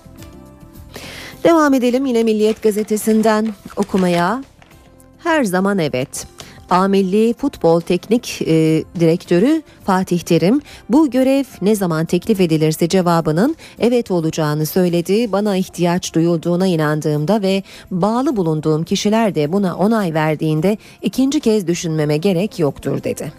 Devam edelim yine Milliyet gazetesinden okumaya. Her zaman evet. A Milli Futbol Teknik e, Direktörü Fatih Terim bu görev ne zaman teklif edilirse cevabının evet olacağını söyledi. Bana ihtiyaç duyulduğuna inandığımda ve bağlı bulunduğum kişiler de buna onay verdiğinde ikinci kez düşünmeme gerek yoktur dedi.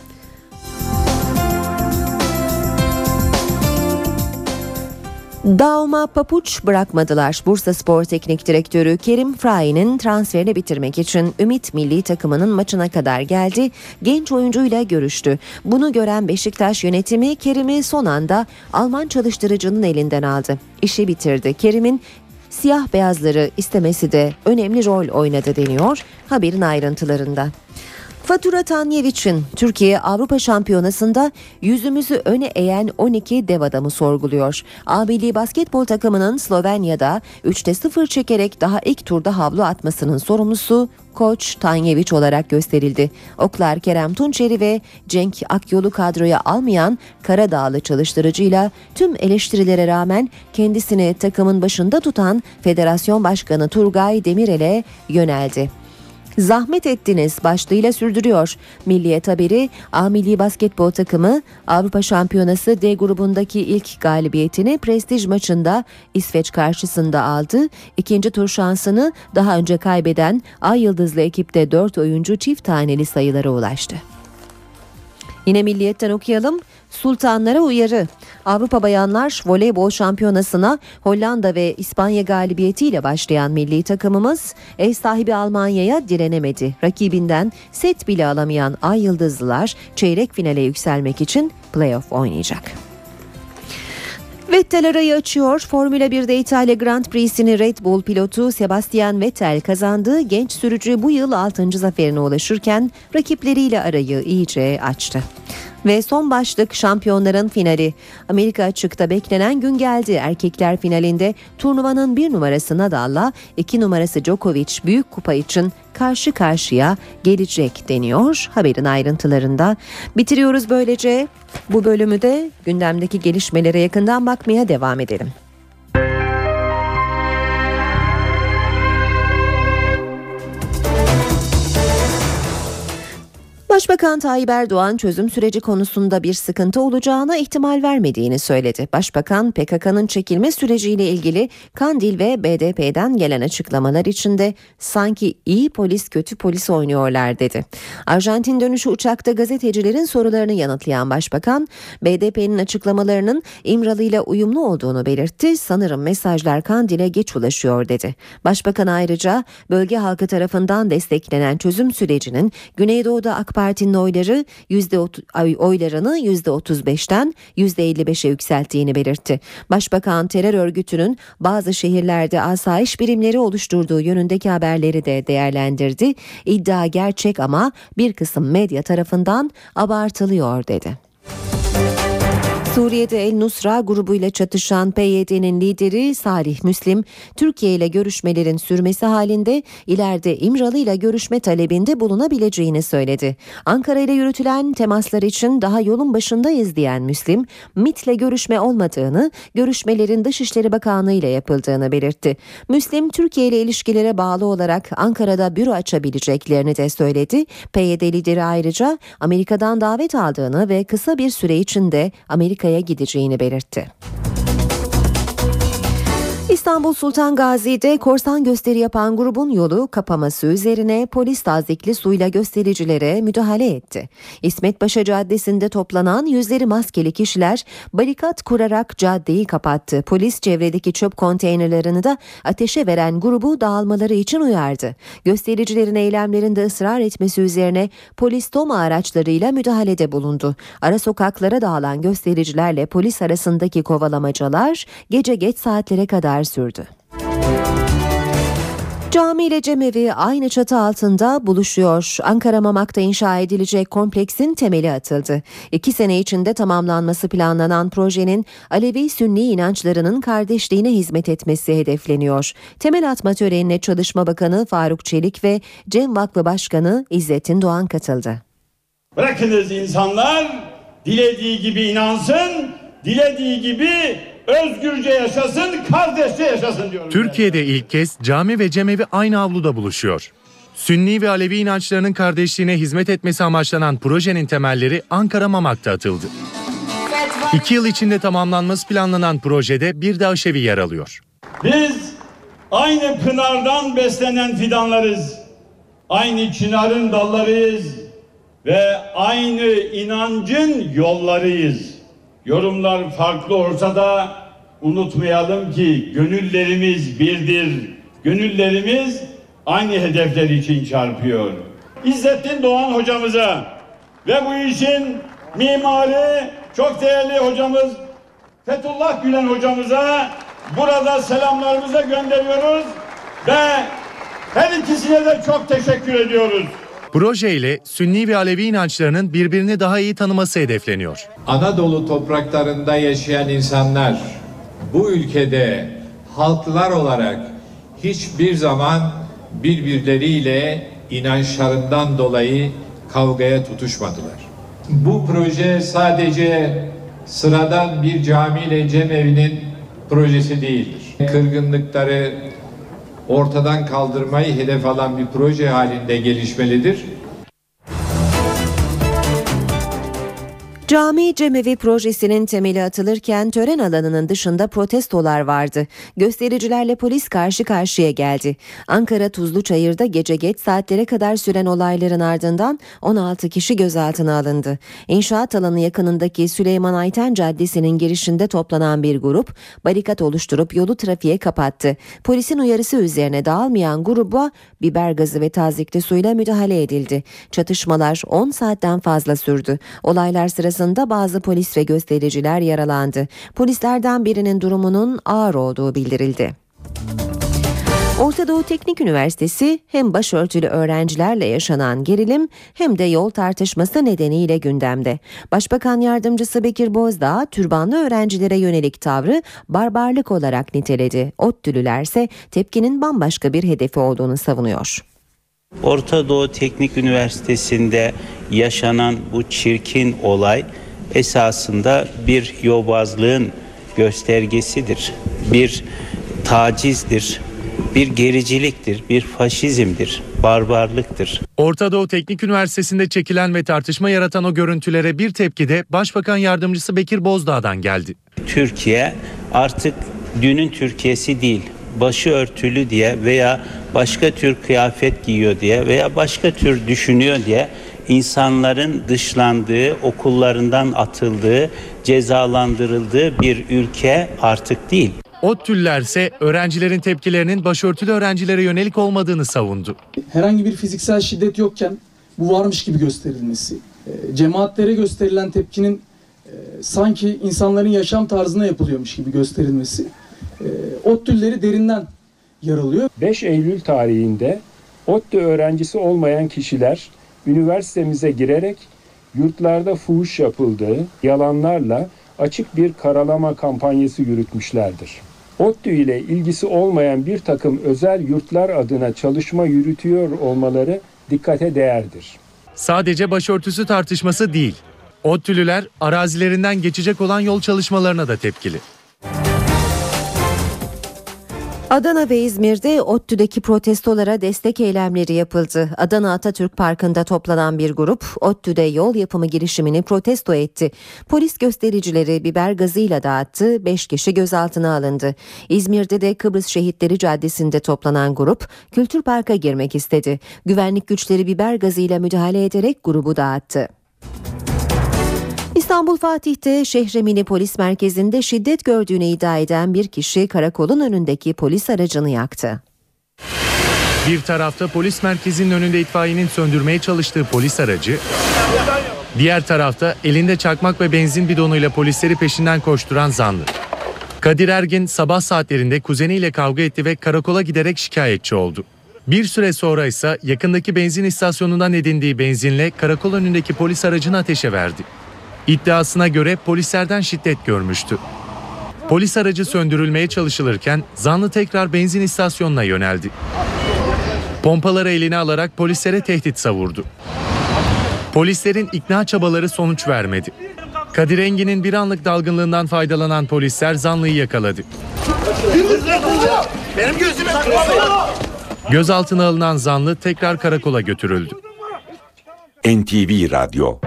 Dauma papuç bırakmadılar. Bursaspor Teknik Direktörü Kerim Frai'nin transferini bitirmek için Ümit Milli takımının maçına kadar geldi. Genç oyuncuyla görüştü. Bunu gören Beşiktaş yönetimi Kerim'i son anda Alman çalıştırıcının elinden aldı. İşi bitirdi. Kerim'in siyah beyazları istemesi de önemli rol oynadı deniyor haberin ayrıntılarında. Fatura Tanyeviç'in Türkiye Avrupa Şampiyonası'nda yüzümüzü öne eğen on iki dev adamı sorguluyor. A Milli basketbol takımının Slovenya'da üçte sıfır çekerek daha ilk turda havlu atmasının sorumlusu koç Tanyeviç olarak gösterildi. Oklar Kerem Tunçeri ve Cenk Akyol'u kadroya almayan Karadağlı çalıştırıcıyla tüm eleştirilere rağmen kendisini takımın başında tutan Federasyon Başkanı Turgay Demirel'e yöneldi. Zahmet ettiniz başlığıyla sürdürüyor. Milliyet haberi, A Milli basketbol takımı Avrupa Şampiyonası D grubundaki ilk galibiyetini prestij maçında İsveç karşısında aldı. İkinci tur şansını daha önce kaybeden Ay Yıldızlı ekipte dört oyuncu çift taneli sayılara ulaştı. Yine Milliyet'ten okuyalım. Sultanlara uyarı. Avrupa Bayanlar Voleybol Şampiyonası'na Hollanda ve İspanya galibiyetiyle başlayan milli takımımız ev sahibi Almanya'ya direnemedi. Rakibinden set bile alamayan Ay Yıldızlılar çeyrek finale yükselmek için playoff oynayacak. Vettel arayı açıyor. Formula birde İtalya Grand Prix'sini Red Bull pilotu Sebastian Vettel kazandı. Genç sürücü bu yıl altıncı zaferine ulaşırken rakipleriyle arayı iyice açtı. Ve son başlık şampiyonların finali. Amerika açıkta beklenen gün geldi. Erkekler finalinde turnuvanın bir numarası Nadal'la iki numarası Djokovic büyük kupa için karşı karşıya gelecek deniyor. Haberin ayrıntılarında bitiriyoruz böylece. Bu bölümü de gündemdeki gelişmelere yakından bakmaya devam edelim. Başbakan Tayyip Erdoğan çözüm süreci konusunda bir sıkıntı olacağına ihtimal vermediğini söyledi. Başbakan P K K'nın çekilme süreciyle ilgili Kandil ve B D P'den gelen açıklamalar içinde sanki iyi polis kötü polis oynuyorlar dedi. Arjantin dönüşü uçakta gazetecilerin sorularını yanıtlayan Başbakan, B D P'nin açıklamalarının İmralı ile uyumlu olduğunu belirtti. Sanırım mesajlar Kandil'e geç ulaşıyor dedi. Başbakan ayrıca bölge halkı tarafından desteklenen çözüm sürecinin Güneydoğu'da AK Parti Parti'nin oyları yüzde oylarını yüzde otuz beşten yüzde elli beşe yükselttiğini belirtti. Başbakan terör örgütünün bazı şehirlerde asayiş birimleri oluşturduğu yönündeki haberleri de değerlendirdi. İddia gerçek ama bir kısım medya tarafından abartılıyor dedi. Suriye'de El Nusra grubuyla çatışan P Y D'nin lideri Salih Müslim, Türkiye ile görüşmelerin sürmesi halinde ileride İmralı ile görüşme talebinde bulunabileceğini söyledi. Ankara ile yürütülen temaslar için daha yolun başındayız diyen Müslim, M İ T ile görüşme olmadığını, görüşmelerin Dışişleri Bakanlığı ile yapıldığını belirtti. Müslim, Türkiye ile ilişkilere bağlı olarak Ankara'da büro açabileceklerini de söyledi. P Y D lideri ayrıca Amerika'dan davet aldığını ve kısa bir süre içinde Amerika gideceğini belirtti. İstanbul Sultan Gazi'de korsan gösteri yapan grubun yolu kapaması üzerine polis tazikli suyla göstericilere müdahale etti. İsmet Paşa Caddesi'nde toplanan yüzleri maskeli kişiler barikat kurarak caddeyi kapattı. Polis çevredeki çöp konteynerlerini de ateşe veren grubu dağılmaları için uyardı. Göstericilerin eylemlerinde ısrar etmesi üzerine polis TOMA araçlarıyla müdahalede bulundu. Ara sokaklara dağılan göstericilerle polis arasındaki kovalamacalar gece geç saatlere kadar sürdü. Cami ile cemevi aynı çatı altında buluşuyor. Ankara Mamak'ta inşa edilecek kompleksin temeli atıldı. İki sene içinde tamamlanması planlanan projenin Alevi-Sünni inançlarının kardeşliğine hizmet etmesi hedefleniyor. Temel atma törenine Çalışma Bakanı Faruk Çelik ve Cem Vakfı Başkanı İzzettin Doğan katıldı. Bırakınız insanlar dilediği gibi inansın, dilediği gibi özgürce yaşasın, kardeşçe yaşasın diyorum. Türkiye'de yani. ilk kez cami ve cemevi aynı avluda buluşuyor. Sünni ve Alevi inançlarının kardeşliğine hizmet etmesi amaçlanan projenin temelleri Ankara Mamak'ta atıldı. İki yıl içinde tamamlanması planlanan projede bir de aşevi yer alıyor. Biz aynı pınardan beslenen fidanlarız. Aynı çınarın dallarıyız ve aynı inancın yollarıyız. Yorumlar farklı olsa da unutmayalım ki gönüllerimiz birdir. Gönüllerimiz aynı hedefler için çarpıyor. İzzettin Doğan hocamıza ve bu işin mimarı çok değerli hocamız Fethullah Gülen hocamıza burada selamlarımızı gönderiyoruz ve her ikisine de çok teşekkür ediyoruz. Proje ile Sünni ve Alevi inançlarının birbirini daha iyi tanıması hedefleniyor. Anadolu topraklarında yaşayan insanlar bu ülkede halklar olarak hiçbir zaman birbirleriyle inançlarından dolayı kavgaya tutuşmadılar. Bu proje sadece sıradan bir camiyle cemevinin projesi değildir. Kırgınlıkları ortadan kaldırmayı hedef alan bir proje halinde gelişmelidir. Cami Cemevi projesinin temeli atılırken tören alanının dışında protestolar vardı. Göstericilerle polis karşı karşıya geldi. Ankara Tuzluçayır'da gece geç saatlere kadar süren olayların ardından on altı kişi gözaltına alındı. İnşaat alanı yakınındaki Süleyman Ayten Caddesi'nin girişinde toplanan bir grup barikat oluşturup yolu trafiğe kapattı. Polisin uyarısı üzerine dağılmayan gruba biber gazı ve tazikli suyla müdahale edildi. Çatışmalar on saatten fazla sürdü. Olaylar sırasında enkazında bazı polis ve göstericiler yaralandı. Polislerden birinin durumunun ağır olduğu bildirildi. Orta Doğu Teknik Üniversitesi hem başörtülü öğrencilerle yaşanan gerilim hem de yol tartışması nedeniyle gündemde. Başbakan Yardımcısı Bekir Bozdağ, türbanlı öğrencilere yönelik tavrı barbarlık olarak niteledi. ODTÜ'lülerse tepkinin bambaşka bir hedefi olduğunu savunuyor. Orta Doğu Teknik Üniversitesi'nde yaşanan bu çirkin olay esasında bir yobazlığın göstergesidir, bir tacizdir, bir gericiliktir, bir faşizmdir, barbarlıktır. Orta Doğu Teknik Üniversitesi'nde çekilen ve tartışma yaratan o görüntülere bir tepki de Başbakan Yardımcısı Bekir Bozdağ'dan geldi. Türkiye artık dünün Türkiye'si değil, başı örtülü diye veya başka tür kıyafet giyiyor diye veya başka tür düşünüyor diye insanların dışlandığı, okullarından atıldığı, cezalandırıldığı bir ülke artık değil. ODTÜ'lüler ise öğrencilerin tepkilerinin başörtülü öğrencilere yönelik olmadığını savundu. Herhangi bir fiziksel şiddet yokken bu varmış gibi gösterilmesi, cemaatlere gösterilen tepkinin sanki insanların yaşam tarzına yapılıyormuş gibi gösterilmesi ODTÜ'lüleri derinden yaralıyor. beş Eylül tarihinde ODTÜ öğrencisi olmayan kişiler üniversitemize girerek yurtlarda fuhuş yapıldığı yalanlarla açık bir karalama kampanyası yürütmüşlerdir. ODTÜ ile ilgisi olmayan bir takım özel yurtlar adına çalışma yürütüyor olmaları dikkate değerdir. Sadece başörtüsü tartışması değil, ODTÜ'lüler arazilerinden geçecek olan yol çalışmalarına da tepkili. Adana ve İzmir'de ODTÜ'deki protestolara destek eylemleri yapıldı. Adana Atatürk Parkı'nda toplanan bir grup ODTÜ'de yol yapımı girişimini protesto etti. Polis göstericileri biber gazıyla dağıttı, beş kişi gözaltına alındı. İzmir'de de Kıbrıs Şehitleri Caddesi'nde toplanan grup Kültür Park'a girmek istedi. Güvenlik güçleri biber gazıyla müdahale ederek grubu dağıttı. İstanbul Fatih'te Şehremini Polis Merkezi'nde şiddet gördüğünü iddia eden bir kişi karakolun önündeki polis aracını yaktı. Bir tarafta polis merkezinin önünde itfaiyenin söndürmeye çalıştığı polis aracı, diğer tarafta elinde çakmak ve benzin bidonuyla polisleri peşinden koşturan zanlı. Kadir Ergin sabah saatlerinde kuzeniyle kavga etti ve karakola giderek şikayetçi oldu. Bir süre sonra ise yakındaki benzin istasyonundan edindiği benzinle karakol önündeki polis aracını ateşe verdi. İddiasına göre polislerden şiddet görmüştü. Polis aracı söndürülmeye çalışılırken zanlı tekrar benzin istasyonuna yöneldi. Pompaları eline alarak polislere tehdit savurdu. Polislerin ikna çabaları sonuç vermedi. Kadir Engin'in bir anlık dalgınlığından faydalanan polisler zanlıyı yakaladı. Benim gözüme Gözaltına alınan zanlı tekrar karakola götürüldü. N T V Radyo.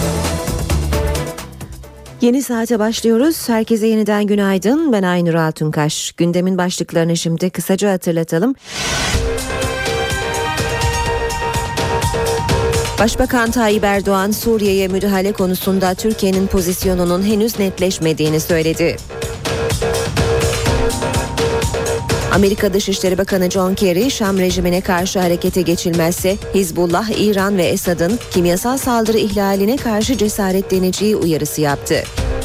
Yeni saate başlıyoruz. Herkese yeniden günaydın. Ben Aynur Altunkaş. Gündemin başlıklarını şimdi kısaca hatırlatalım. Başbakan Tayyip Erdoğan, Suriye'ye müdahale konusunda Türkiye'nin pozisyonunun henüz netleşmediğini söyledi. Amerika Dışişleri Bakanı John Kerry, Şam rejimine karşı harekete geçilmezse Hizbullah, İran ve Esad'ın kimyasal saldırı ihlaline karşı cesaretleneceği uyarısı yaptı.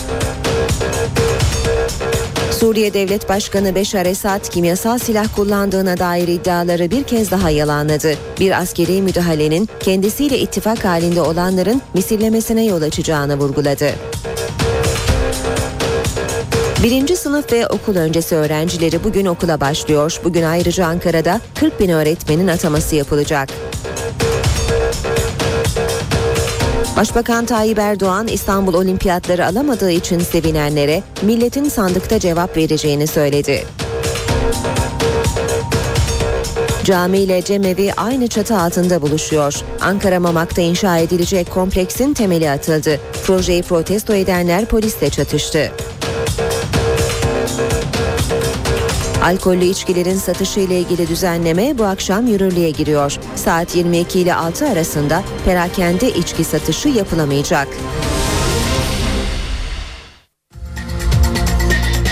Suriye Devlet Başkanı Beşar Esad, kimyasal silah kullandığına dair iddiaları bir kez daha yalanladı. Bir askeri müdahalenin kendisiyle ittifak halinde olanların misillemesine yol açacağını vurguladı. Birinci sınıf ve okul öncesi öğrencileri bugün okula başlıyor. Bugün ayrıca Ankara'da kırk bin öğretmenin ataması yapılacak. Başbakan Tayyip Erdoğan, İstanbul Olimpiyatları alamadığı için sevinenlere milletin sandıkta cevap vereceğini söyledi. Cami ile cemevi aynı çatı altında buluşuyor. Ankara Mamak'ta inşa edilecek kompleksin temeli atıldı. Projeyi protesto edenler polisle çatıştı. Alkollü içkilerin satışı ile ilgili düzenleme bu akşam yürürlüğe giriyor. Saat yirmi iki ile altı arasında perakende içki satışı yapılamayacak.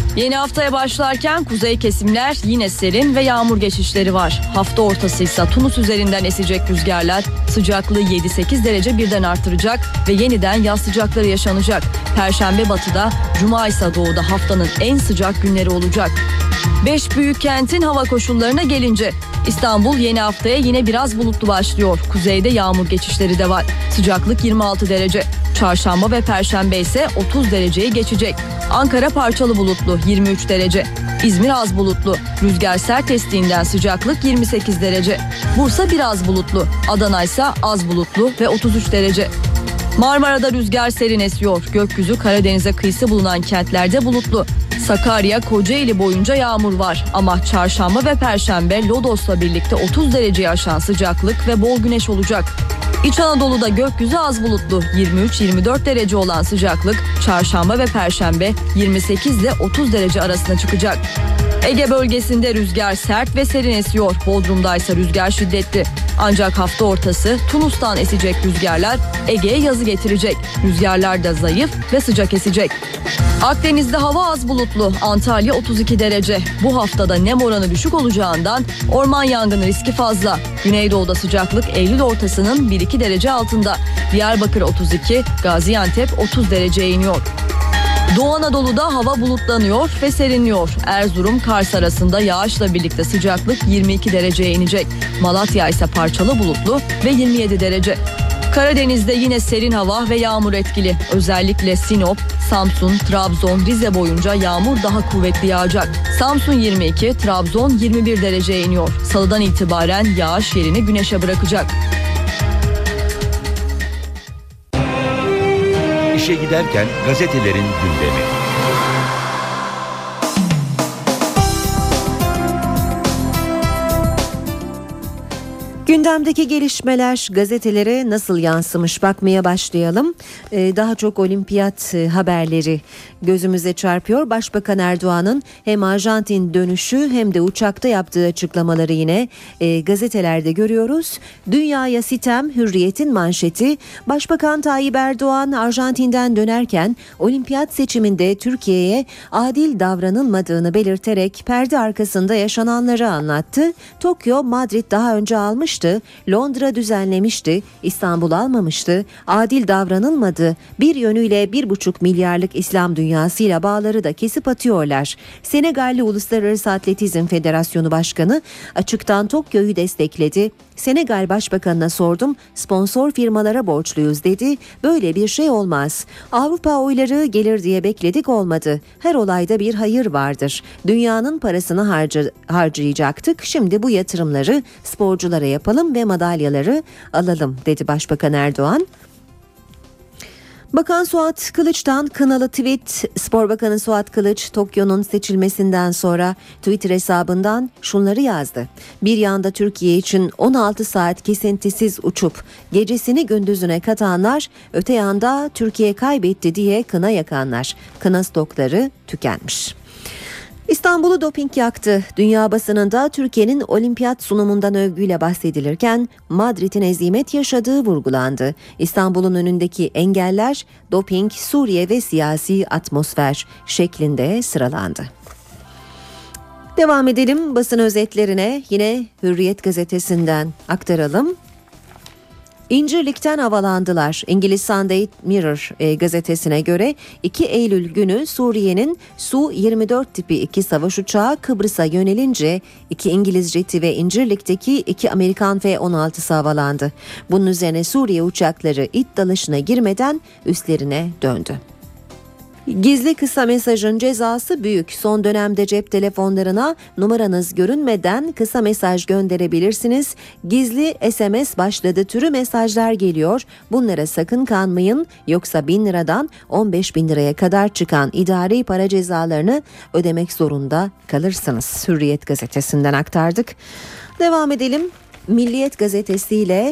Yeni haftaya başlarken kuzey kesimler yine serin ve yağmur geçişleri var. Hafta ortası ise Tunus üzerinden esecek rüzgarlar sıcaklığı yedi sekiz derece birden artıracak ve yeniden yaz sıcakları yaşanacak. Perşembe batıda, Cuma ise doğuda haftanın en sıcak günleri olacak. Beş büyük kentin hava koşullarına gelince İstanbul yeni haftaya yine biraz bulutlu başlıyor. Kuzeyde yağmur geçişleri de var. Sıcaklık yirmi altı derece. Çarşamba ve Perşembe ise otuz dereceyi geçecek. Ankara parçalı bulutlu yirmi üç derece. İzmir az bulutlu. Rüzgar sert estiğinden sıcaklık yirmi sekiz derece. Bursa biraz bulutlu. Adana ise az bulutlu ve otuz üç derece. Marmara'da rüzgar serin esiyor. Gökyüzü Karadeniz'e kıyısı bulunan kentlerde bulutlu. Sakarya, Kocaeli boyunca yağmur var ama çarşamba ve perşembe Lodos'la birlikte otuz dereceyi aşan sıcaklık ve bol güneş olacak. İç Anadolu'da gökyüzü az bulutlu. yirmi üç yirmi dört derece olan sıcaklık çarşamba ve perşembe yirmi sekiz ile otuz derece arasına çıkacak. Ege bölgesinde rüzgar sert ve serin esiyor. Bodrum'da ise rüzgar şiddetli. Ancak hafta ortası Tunus'tan esecek rüzgarlar Ege'ye yazı getirecek. Rüzgarlar da zayıf ve sıcak esecek. Akdeniz'de hava az bulutlu. Antalya otuz iki derece. Bu haftada nem oranı düşük olacağından orman yangını riski fazla. Güneydoğu'da sıcaklık Eylül ortasının bir iki derece altında. Diyarbakır otuz iki, Gaziantep otuz dereceye iniyor. Doğu Anadolu'da hava bulutlanıyor ve serinliyor. Erzurum, Kars arasında yağışla birlikte sıcaklık yirmi iki dereceye inecek. Malatya ise parçalı bulutlu ve yirmi yedi derece. Karadeniz'de yine serin hava ve yağmur etkili. Özellikle Sinop, Samsun, Trabzon, Rize boyunca yağmur daha kuvvetli yağacak. Samsun yirmi iki, Trabzon yirmi bir dereceye iniyor. Salıdan itibaren yağış yerini güneşe bırakacak. İşe giderken gazetelerin gündemi. Gündemdeki gelişmeler gazetelere nasıl yansımış bakmaya başlayalım. Ee, daha çok olimpiyat e, haberleri gözümüze çarpıyor. Başbakan Erdoğan'ın hem Arjantin dönüşü hem de uçakta yaptığı açıklamaları yine e, gazetelerde görüyoruz. Dünyaya sitem, Hürriyet'in manşeti. Başbakan Tayyip Erdoğan Arjantin'den dönerken olimpiyat seçiminde Türkiye'ye adil davranılmadığını belirterek perde arkasında yaşananları anlattı. Tokyo, Madrid daha önce almıştı. Londra düzenlemişti, İstanbul almamıştı, adil davranılmadı. Bir yönüyle bir buçuk milyarlık İslam dünyasıyla bağları da kesip atıyorlar. Senegalli Uluslararası Atletizm Federasyonu Başkanı açıktan Tokyo'yu destekledi. Senegal Başbakanına sordum, sponsor firmalara borçluyuz dedi. Böyle bir şey olmaz. Avrupa oyları gelir diye bekledik, olmadı. Her olayda bir hayır vardır. Dünyanın parasını harca, harcayacaktık. Şimdi bu yatırımları sporculara yapalım ve madalyaları alalım dedi Başbakan Erdoğan. Bakan Suat Kılıç'tan kınalı tweet. Spor Bakanı Suat Kılıç Tokyo'nun seçilmesinden sonra Twitter hesabından şunları yazdı. Bir yanda Türkiye için on altı saat kesintisiz uçup gecesini gündüzüne katanlar, öte yanda Türkiye kaybetti diye kına yakanlar. Kına stokları tükenmiş. İstanbul'u doping yaktı. Dünya basınında Türkiye'nin olimpiyat sunumundan övgüyle bahsedilirken Madrid'in hezimet yaşadığı vurgulandı. İstanbul'un önündeki engeller doping, Suriye ve siyasi atmosfer şeklinde sıralandı. Devam edelim basın özetlerine, yine Hürriyet gazetesinden aktaralım. İncirlik'ten havalandılar. İngiliz Sunday Mirror e, gazetesine göre iki Eylül günü Suriye'nin Su yirmi dört tipi iki savaş uçağı Kıbrıs'a yönelince iki İngiliz jeti ve İncirlik'teki iki Amerikan F on altısı havalandı. Bunun üzerine Suriye uçakları it dalışına girmeden üslerine döndü. Gizli kısa mesajın cezası büyük. Son dönemde cep telefonlarına numaranız görünmeden kısa mesaj gönderebilirsiniz. Gizli S M S başladı türü mesajlar geliyor. Bunlara sakın kanmayın. Yoksa bin liradan on beş bin liraya kadar çıkan idari para cezalarını ödemek zorunda kalırsınız. Hürriyet gazetesinden aktardık. Devam edelim. Milliyet gazetesiyle.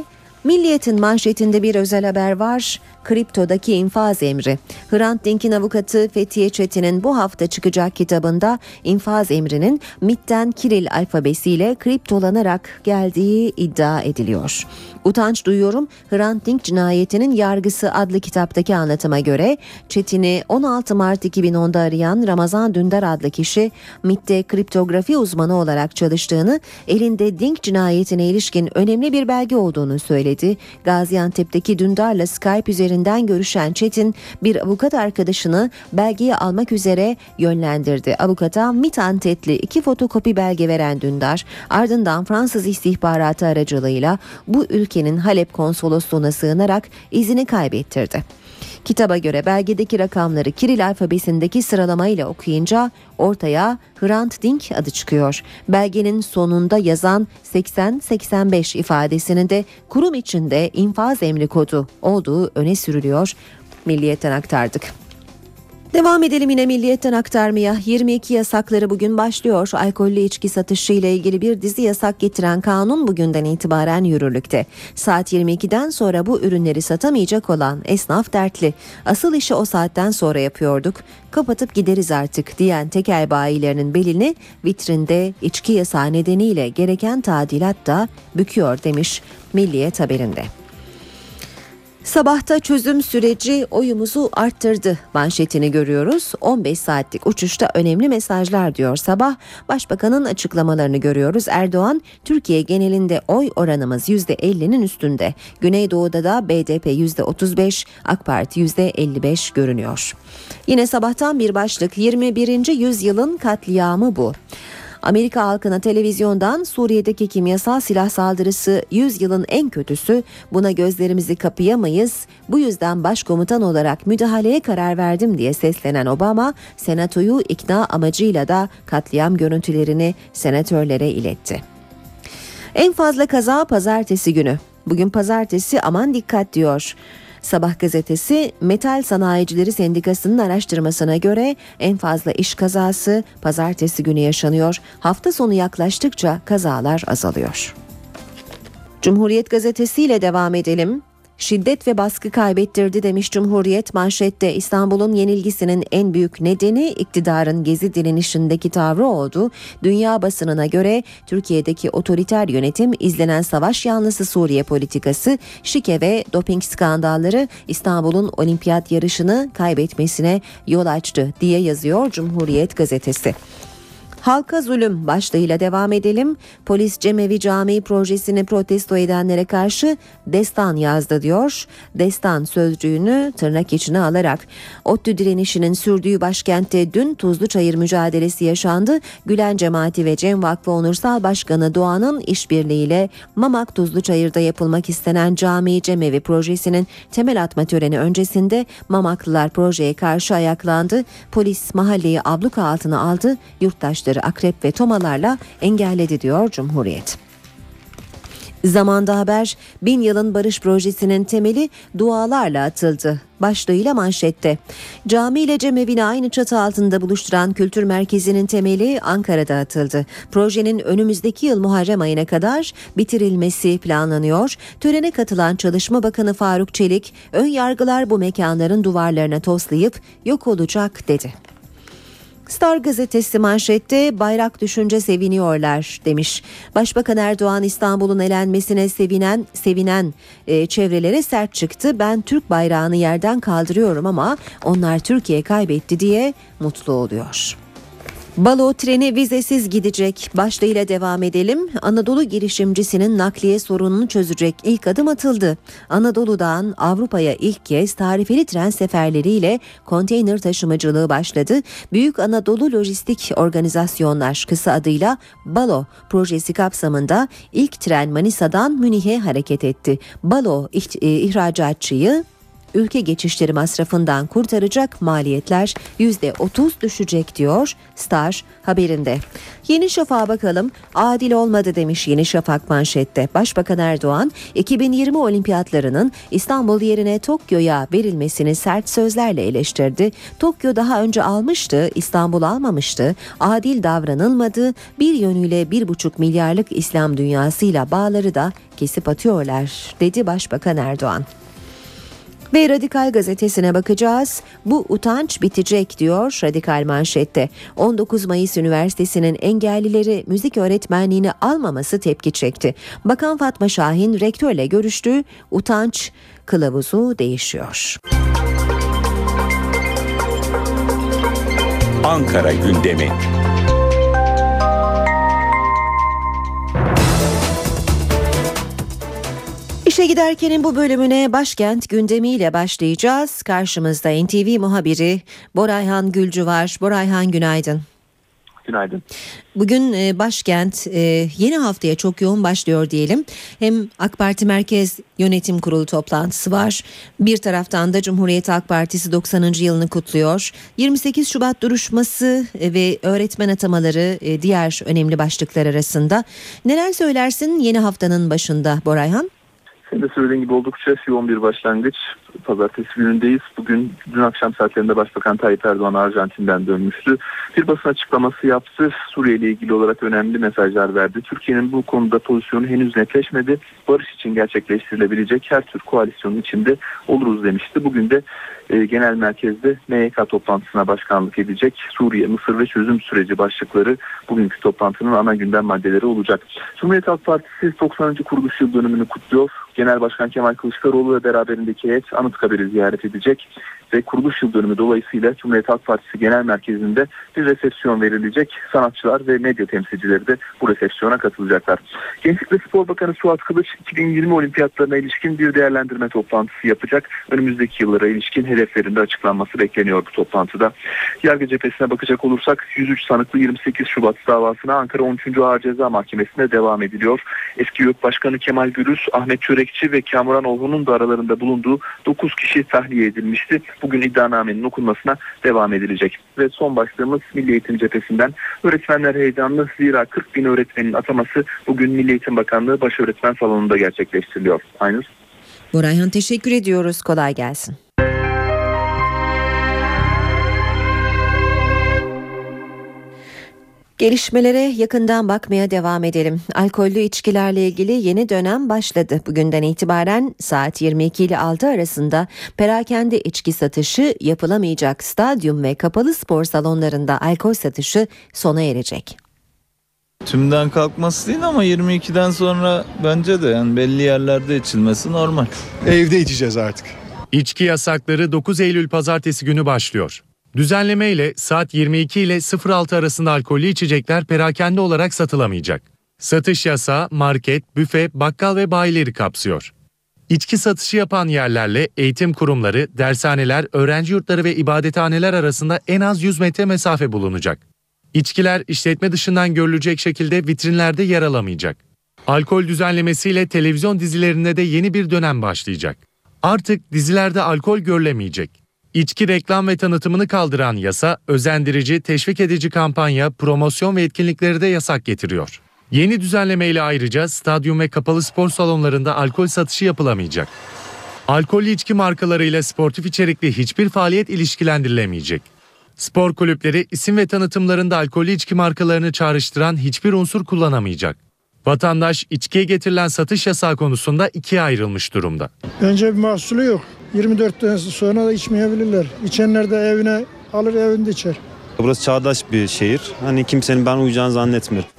Milliyet'in manşetinde bir özel haber var. Kriptodaki infaz emri. Hrant Dink'in avukatı Fethiye Çetin'in bu hafta çıkacak kitabında infaz emrinin M I T'ten Kiril alfabesiyle kriptolanarak geldiği iddia ediliyor. Utanç duyuyorum, Hrant Dink cinayetinin yargısı adlı kitaptaki anlatıma göre Çetin'i on altı Mart iki bin onda arayan Ramazan Dündar adlı kişi M I T'te kriptografi uzmanı olarak çalıştığını, elinde Dink cinayetine ilişkin önemli bir belge olduğunu söyledi. Gaziantep'teki Dündar'la Skype üzerinden görüşen Çetin bir avukat arkadaşını belgeyi almak üzere yönlendirdi. Avukata M I T antetli iki fotokopi belge veren Dündar, ardından Fransız istihbaratı aracılığıyla bu ülkenin Halep konsolosluğuna sığınarak izini kaybettirdi. Kitaba göre belgedeki rakamları Kiril alfabesindeki sıralamayla okuyunca ortaya Hrant Dink adı çıkıyor. Belgenin sonunda yazan seksen seksen beş ifadesinin de kurum içinde infaz emri kodu olduğu öne sürülüyor. Milliyet'ten aktardık. Devam edelim yine Milliyet'ten aktarmaya. yirmi iki yasakları bugün başlıyor. Alkollü içki satışı ile ilgili bir dizi yasak getiren kanun bugünden itibaren yürürlükte. Saat yirmi ikiden sonra bu ürünleri satamayacak olan esnaf dertli. Asıl işi o saatten sonra yapıyorduk. Kapatıp gideriz artık diyen tekel bayilerinin belini vitrinde içki yasağı nedeniyle gereken tadilat da büküyor demiş Milliyet haberinde. Sabahta çözüm süreci oyumuzu arttırdı manşetini görüyoruz. on beş saatlik uçuşta önemli mesajlar diyor Sabah. Başbakanın açıklamalarını görüyoruz. Erdoğan, Türkiye genelinde oy oranımız yüzde ellinin üstünde. Güneydoğu'da da B D P yüzde otuz beş, AK Parti yüzde elli beş görünüyor. Yine Sabah'tan bir başlık, yirmi birinci yüzyılın katliamı bu. Amerika halkına televizyondan Suriye'deki kimyasal silah saldırısı yüzyılın en kötüsü, buna gözlerimizi kapayamayız, bu yüzden başkomutan olarak müdahaleye karar verdim diye seslenen Obama, senatoyu ikna amacıyla da katliam görüntülerini senatörlere iletti. En fazla kaza pazartesi günü. Bugün pazartesi, aman dikkat diyor Sabah gazetesi. Metal Sanayicileri Sendikası'nın araştırmasına göre en fazla iş kazası pazartesi günü yaşanıyor. Hafta sonu yaklaştıkça kazalar azalıyor. Cumhuriyet gazetesiyle devam edelim. Şiddet ve baskı kaybettirdi demiş Cumhuriyet manşette. İstanbul'un yenilgisinin en büyük nedeni iktidarın Gezi direnişindeki tavrı oldu. Dünya basınına göre Türkiye'deki otoriter yönetim, izlenen savaş yanlısı Suriye politikası, şike ve doping skandalları İstanbul'un olimpiyat yarışını kaybetmesine yol açtı diye yazıyor Cumhuriyet gazetesi. Halka zulüm başlığıyla devam edelim. Polis Cemevi Camii projesini protesto edenlere karşı destan yazdı diyor. Destan sözcüğünü tırnak içine alarak. ODTÜ direnişinin sürdüğü başkentte dün Tuzluçayır mücadelesi yaşandı. Gülen Cemaati ve Cem Vakfı Onursal Başkanı Doğan'ın işbirliğiyle Mamak Tuzluçayır'da yapılmak istenen Camii Cemevi projesinin temel atma töreni öncesinde Mamaklılar projeye karşı ayaklandı. Polis mahalleyi abluka altına aldı. Yurttaşlar akrep ve tomalarla engelledi diyor Cumhuriyet. Zamanında haber, bin yılın barış projesinin temeli dualarla atıldı başlığıyla manşette. Cami ile Cemevi'ni aynı çatı altında buluşturan kültür merkezinin temeli Ankara'da atıldı. Projenin önümüzdeki yıl Muharrem ayına kadar bitirilmesi planlanıyor. Törene katılan Çalışma Bakanı Faruk Çelik, ön yargılar bu mekanların duvarlarına toslayıp yok olacak dedi. Star gazetesi manşette bayrak düşünce seviniyorlar demiş. Başbakan Erdoğan İstanbul'un elenmesine sevinen sevinen e, çevrelere sert çıktı. Ben Türk bayrağını yerden kaldırıyorum ama onlar Türkiye kaybetti diye mutlu oluyor. Balo treni vizesiz gidecek başlığıyla devam edelim. Anadolu girişimcisinin nakliye sorununu çözecek ilk adım atıldı. Anadolu'dan Avrupa'ya ilk kez tarifeli tren seferleriyle konteyner taşımacılığı başladı. Büyük Anadolu Lojistik Organizasyonlar, kısa adıyla Balo projesi kapsamında ilk tren Manisa'dan Münih'e hareket etti. Balo ihracatçıyı ülke geçişleri masrafından kurtaracak, maliyetler yüzde otuz düşecek diyor Star haberinde. Yeni Şafak'a bakalım. Adil olmadı demiş Yeni Şafak manşette. Başbakan Erdoğan iki bin yirmi olimpiyatlarının İstanbul yerine Tokyo'ya verilmesini sert sözlerle eleştirdi. Tokyo daha önce almıştı, İstanbul almamıştı. Adil davranılmadı. Bir yönüyle bir buçuk milyarlık İslam dünyasıyla bağları da kesip atıyorlar dedi Başbakan Erdoğan. Ve Radikal gazetesine bakacağız. Bu utanç bitecek diyor Radikal manşette. on dokuz Mayıs Üniversitesi'nin engellileri müzik öğretmenliğini almaması tepki çekti. Bakan Fatma Şahin rektörle görüştü. Utanç kılavuzu değişiyor. Ankara gündemi. İşe giderkenin bu bölümüne başkent gündemiyle başlayacağız. Karşımızda N T V muhabiri Borayhan Gülcü var. Borayhan günaydın. Günaydın. Bugün başkent yeni haftaya çok yoğun başlıyor diyelim. Hem AK Parti Merkez Yönetim Kurulu toplantısı var. Bir taraftan da Cumhuriyet Halk Partisi doksanıncı yılını kutluyor. yirmi sekiz Şubat duruşması ve öğretmen atamaları diğer önemli başlıklar arasında. Neler söylersin yeni haftanın başında Borayhan? Senin de söylediğin gibi oldukça yoğun bir başlangıç. Pazartesi günündeyiz. Bugün dün akşam saatlerinde Başbakan Tayyip Erdoğan Arjantin'den dönmüştü. Bir basın açıklaması yaptı. Suriye ile ilgili olarak önemli mesajlar verdi. Türkiye'nin bu konuda pozisyonu henüz netleşmedi. Barış için gerçekleştirilebilecek her tür koalisyonun içinde oluruz demişti. Bugün de e, genel merkezde M Y K toplantısına başkanlık edecek. Suriye, Mısır ve çözüm süreci başlıkları bugünkü toplantının ana gündem maddeleri olacak. Cumhuriyet Halk Partisi doksanıncı kuruluş yıl dönümünü kutluyor. Genel Başkan Kemal Kılıçdaroğlu ve beraberindeki heyet Anıtkabir'i ziyaret edecek ve kuruluş yıl dönümü dolayısıyla Cumhuriyet Halk Partisi Genel Merkezi'nde bir resepsiyon verilecek. Sanatçılar ve medya temsilcileri de bu resepsiyona katılacaklar. Gençlik ve Spor Bakanı Suat Kılıç iki bin yirmi olimpiyatlarına ilişkin bir değerlendirme toplantısı yapacak. Önümüzdeki yıllara ilişkin hedeflerinde açıklanması bekleniyor bu toplantıda. Yargı cephesine bakacak olursak yüz üç sanıklı yirmi sekiz Şubat davasına Ankara on üçüncü Ağır Ceza Mahkemesi'nde devam ediliyor. Eski YÖK Başkanı Kemal Gürüz, Ahmet Çörekçi ve Kamuran Orhun'un da aralarında bulunduğu dokuz kişi tahliye edilmişti. Bugün iddianamenin okunmasına devam edilecek. Ve son başlığımız Milli Eğitim cephesinden. Öğretmenler heyecanlı, zira kırk bin öğretmenin ataması bugün Milli Eğitim Bakanlığı Başöğretmen Salonu'nda gerçekleştiriliyor. Aynur. Borayhan teşekkür ediyoruz. Kolay gelsin. Gelişmelere yakından bakmaya devam edelim. Alkollü içkilerle ilgili yeni dönem başladı. Bugünden itibaren saat yirmi iki ile altı arasında perakende içki satışı yapılamayacak. Stadyum ve kapalı spor salonlarında alkol satışı sona erecek. Tümden kalkması değil ama yirmi ikiden sonra bence de yani belli yerlerde içilmesi normal. Evde içeceğiz artık. İçki yasakları dokuz Eylül pazartesi günü başlıyor. Düzenleme ile saat yirmi iki ile altı arasında alkollü içecekler perakende olarak satılamayacak. Satış yasağı market, büfe, bakkal ve bayileri kapsıyor. İçki satışı yapan yerlerle eğitim kurumları, dershaneler, öğrenci yurtları ve ibadethaneler arasında en az yüz metre mesafe bulunacak. İçkiler işletme dışından görülecek şekilde vitrinlerde yer alamayacak. Alkol düzenlemesiyle televizyon dizilerinde de yeni bir dönem başlayacak. Artık dizilerde alkol görülemeyecek. İçki reklam ve tanıtımını kaldıran yasa, özendirici, teşvik edici kampanya, promosyon ve etkinlikleri de yasak getiriyor. Yeni düzenlemeyle ayrıca stadyum ve kapalı spor salonlarında alkol satışı yapılamayacak. Alkollü içki markalarıyla sportif içerikli hiçbir faaliyet ilişkilendirilemeyecek. Spor kulüpleri isim ve tanıtımlarında alkollü içki markalarını çağrıştıran hiçbir unsur kullanamayacak. Vatandaş içkiye getirilen satış yasağı konusunda ikiye ayrılmış durumda. Bence bir mahsuru yok. yirmi dörtten sonra da içmeyebilirler. İçenler de evine alır, evinde içer. Burası çağdaş bir şehir. Hani kimsenin ben uyacağını zannetmiyorum.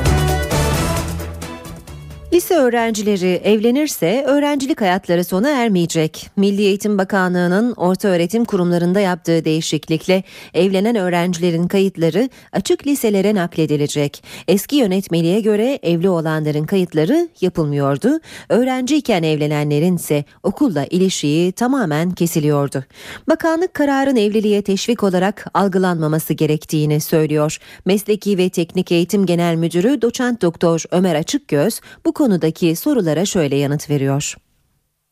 Lise öğrencileri evlenirse öğrencilik hayatları sona ermeyecek. Milli Eğitim Bakanlığı'nın ortaöğretim kurumlarında yaptığı değişiklikle evlenen öğrencilerin kayıtları açık liselere nakledilecek. Eski yönetmeliğe göre evli olanların kayıtları yapılmıyordu. Öğrenciyken evlenenlerin ise okulla ilişiği tamamen kesiliyordu. Bakanlık kararın evliliğe teşvik olarak algılanmaması gerektiğini söylüyor. Mesleki ve Teknik Eğitim Genel Müdürü Doçent Doktor Ömer Açıkgöz bu konudaki sorulara şöyle yanıt veriyor.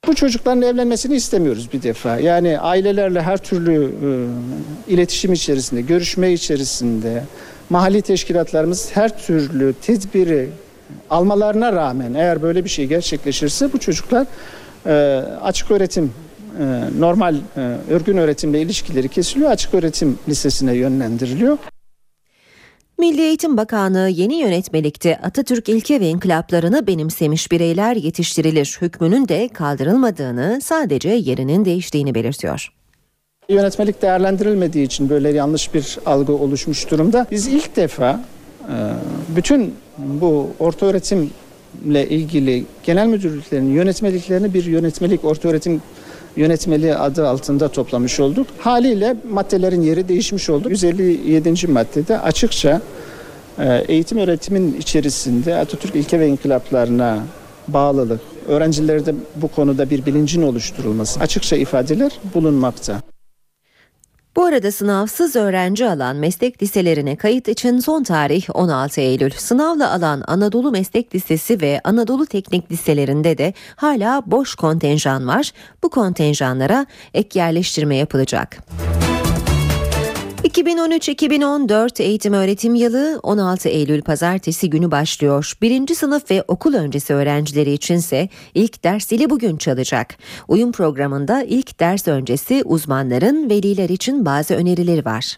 Bu çocukların evlenmesini istemiyoruz bir defa. Yani ailelerle her türlü e, iletişim içerisinde, görüşme içerisinde, mahalli teşkilatlarımız her türlü tedbiri almalarına rağmen eğer böyle bir şey gerçekleşirse bu çocuklar e, açık öğretim, e, normal e, örgün öğretimle ilişkileri kesiliyor, açık öğretim lisesine yönlendiriliyor. Milli Eğitim Bakanlığı yeni yönetmelikte Atatürk ilke ve inkılaplarını benimsemiş bireyler yetiştirilir hükmünün de kaldırılmadığını, sadece yerinin değiştiğini belirtiyor. Yönetmelik değerlendirilmediği için böyle yanlış bir algı oluşmuş durumda. Biz ilk defa bütün bu ortaöğretimle ilgili genel müdürlüklerin yönetmeliklerini bir yönetmelik ortaöğretim yönetmeliği adı altında toplamış olduk. Haliyle maddelerin yeri değişmiş oldu. yüz elli yedinci maddede açıkça eğitim öğretimin içerisinde Atatürk ilke ve inkılaplarına bağlılık, öğrencilerde bu konuda bir bilincin oluşturulması açıkça ifadeler bulunmakta. Bu arada sınavsız öğrenci alan meslek liselerine kayıt için son tarih on altı Eylül. Sınavla alan Anadolu Meslek Lisesi ve Anadolu Teknik Liselerinde de hala boş kontenjan var. Bu kontenjanlara ek yerleştirme yapılacak. iki bin on üç iki bin on dört eğitim öğretim yılı on altı Eylül pazartesi günü başlıyor. Birinci sınıf ve okul öncesi öğrencileri içinse ilk ders zili bugün çalacak. Uyum programında ilk ders öncesi uzmanların veliler için bazı önerileri var.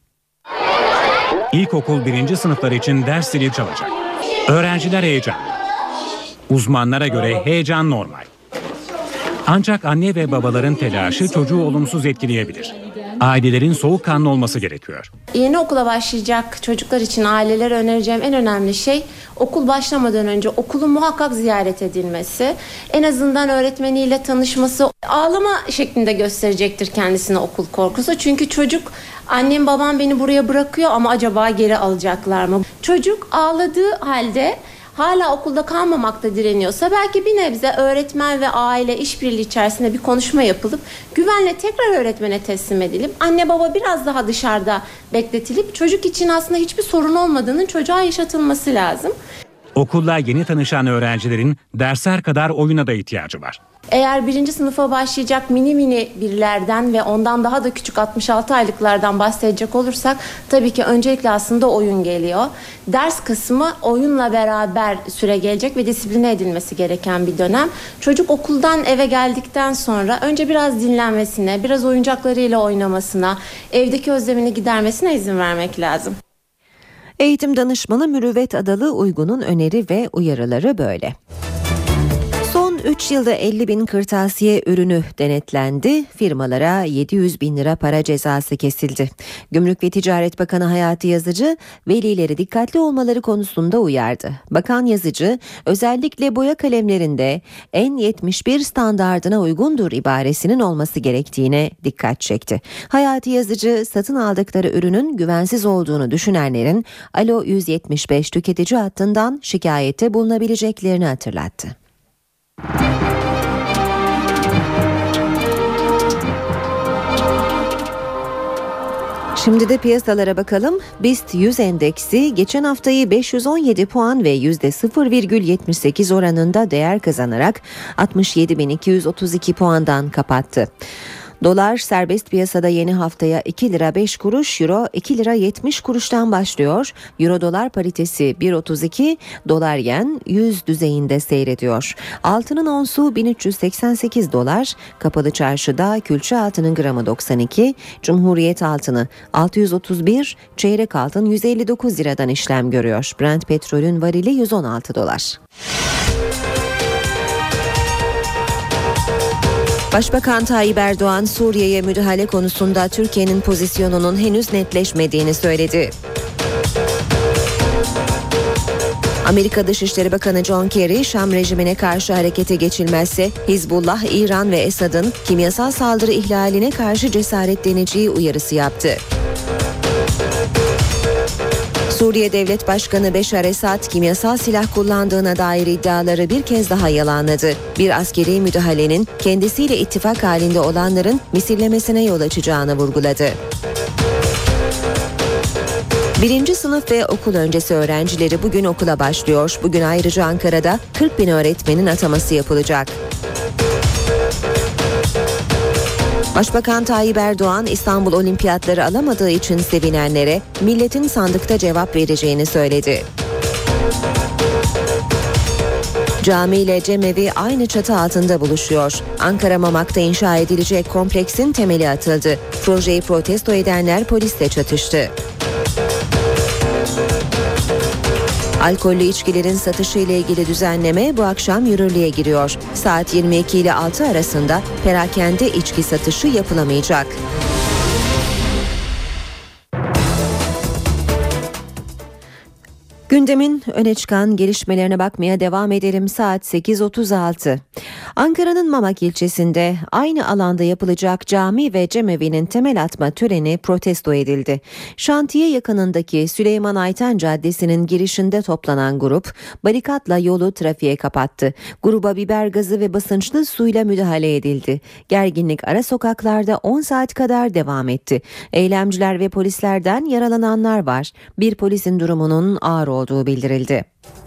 İlkokul birinci sınıflar için ders zili çalacak. Öğrenciler heyecanlı. Uzmanlara göre heyecan normal. Ancak anne ve babaların telaşı çocuğu olumsuz etkileyebilir. Ailelerin soğukkanlı olması gerekiyor. Yeni okula başlayacak çocuklar için ailelere önereceğim en önemli şey okul başlamadan önce okulun muhakkak ziyaret edilmesi. En azından öğretmeniyle tanışması, ağlama şeklinde gösterecektir kendisine okul korkusu. Çünkü çocuk annem babam beni buraya bırakıyor ama acaba geri alacaklar mı? Çocuk ağladığı halde hala okulda kalmamakta direniyorsa belki bir nebze öğretmen ve aile işbirliği içerisinde bir konuşma yapılıp güvenle tekrar öğretmene teslim edilip anne baba biraz daha dışarıda bekletilip çocuk için aslında hiçbir sorun olmadığının çocuğa yaşatılması lazım. Okulla yeni tanışan öğrencilerin dersler kadar oyuna da ihtiyacı var. Eğer birinci sınıfa başlayacak mini mini birlerden ve ondan daha da küçük altmış altı aylıklardan bahsedecek olursak tabii ki öncelikle aslında oyun geliyor. Ders kısmı oyunla beraber süre gelecek ve disipline edilmesi gereken bir dönem. Çocuk okuldan eve geldikten sonra önce biraz dinlenmesine, biraz oyuncaklarıyla oynamasına, evdeki özlemini gidermesine izin vermek lazım. Eğitim danışmanı Mürüvvet Adalı Uygun'un öneri ve uyarıları böyle. Son üç yılda elli bin kırtasiye ürünü denetlendi. Firmalara yedi yüz bin lira para cezası kesildi. Gümrük ve Ticaret Bakanı Hayati Yazıcı velileri dikkatli olmaları konusunda uyardı. Bakan Yazıcı özellikle boya kalemlerinde N yetmiş bir standardına uygundur ibaresinin olması gerektiğine dikkat çekti. Hayati Yazıcı satın aldıkları ürünün güvensiz olduğunu düşünenlerin Alo yüz yetmiş beş tüketici hattından şikayette bulunabileceklerini hatırlattı. Şimdi de piyasalara bakalım. BIST yüz endeksi geçen haftayı beş yüz on yedi puan ve yüzde sıfır virgül yetmiş sekiz oranında değer kazanarak altmış yedi bin iki yüz otuz iki puandan kapattı. Dolar serbest piyasada yeni haftaya iki lira beş kuruş, euro iki lira yetmiş kuruştan başlıyor. Euro dolar paritesi bir otuz iki, dolar yen yüz düzeyinde seyrediyor. Altının onsu bin üç yüz seksen sekiz dolar, kapalı çarşıda külçe altının gramı doksan iki, Cumhuriyet altını altı yüz otuz bir, çeyrek altın yüz elli dokuz liradan işlem görüyor. Brent petrolün varili yüz on altı dolar. Başbakan Tayyip Erdoğan, Suriye'ye müdahale konusunda Türkiye'nin pozisyonunun henüz netleşmediğini söyledi. Amerika Dışişleri Bakanı John Kerry, Şam rejimine karşı harekete geçilmezse Hizbullah, İran ve Esad'ın kimyasal saldırı ihlaline karşı cesaretleneceği uyarısı yaptı. Suriye Devlet Başkanı Beşar Esad kimyasal silah kullandığına dair iddiaları bir kez daha yalanladı. Bir askeri müdahalenin kendisiyle ittifak halinde olanların misillemesine yol açacağını vurguladı. Birinci sınıf ve okul öncesi öğrencileri bugün okula başlıyor. Bugün ayrıca Ankara'da kırk bin öğretmenin ataması yapılacak. Başbakan Tayyip Erdoğan İstanbul Olimpiyatları alamadığı için sevinenlere milletin sandıkta cevap vereceğini söyledi. Cami ile cemevi aynı çatı altında buluşuyor. Ankara Mamak'ta inşa edilecek kompleksin temeli atıldı. Projeyi protesto edenler polisle çatıştı. Alkollü içkilerin satışı ile ilgili düzenleme bu akşam yürürlüğe giriyor. Saat yirmi iki ile altı arasında perakende içki satışı yapılamayacak. Gündemin öne çıkan gelişmelerine bakmaya devam edelim. Saat sekiz otuz altı. Ankara'nın Mamak ilçesinde aynı alanda yapılacak cami ve cemevinin temel atma töreni protesto edildi. Şantiye yakınındaki Süleyman Ayten Caddesi'nin girişinde toplanan grup barikatla yolu trafiğe kapattı. Gruba biber gazı ve basınçlı suyla müdahale edildi. Gerginlik ara sokaklarda on saat kadar devam etti. Eylemciler ve polislerden yaralananlar var. Bir polisin durumunun ağır olduğu bildirildi.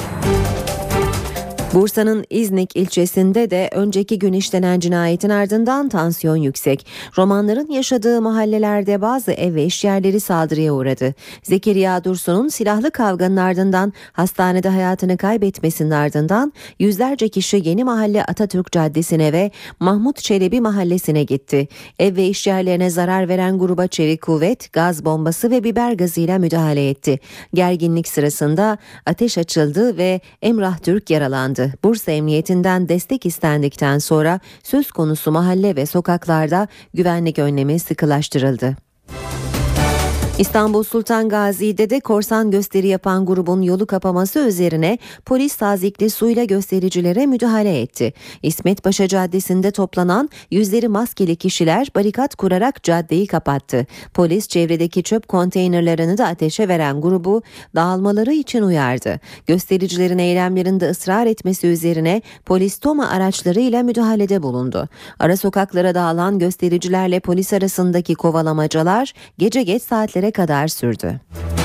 Bursa'nın İznik ilçesinde de önceki gün işlenen cinayetin ardından tansiyon yüksek. Romanların yaşadığı mahallelerde bazı ev ve işyerleri saldırıya uğradı. Zekeriya Dursun'un silahlı kavganın ardından hastanede hayatını kaybetmesinin ardından yüzlerce kişi Yeni Mahalle Atatürk Caddesi'ne ve Mahmut Çelebi Mahallesi'ne gitti. Ev ve işyerlerine zarar veren gruba çevik kuvvet, gaz bombası ve biber gazıyla müdahale etti. Gerginlik sırasında ateş açıldı ve Emrah Türk yaralandı. Bursa Emniyetinden destek istendikten sonra söz konusu mahalle ve sokaklarda güvenlik önlemi sıkılaştırıldı. İstanbul Sultan Gazi'de de korsan gösteri yapan grubun yolu kapaması üzerine polis tazikli suyla göstericilere müdahale etti. İsmet Paşa Caddesi'nde toplanan yüzleri maskeli kişiler barikat kurarak caddeyi kapattı. Polis çevredeki çöp konteynerlerini de ateşe veren grubu dağılmaları için uyardı. Göstericilerin eylemlerinde ısrar etmesi üzerine polis TOMA araçlarıyla müdahalede bulundu. Ara sokaklara dağılan göstericilerle polis arasındaki kovalamacalar gece geç saatlere kadar sürdü.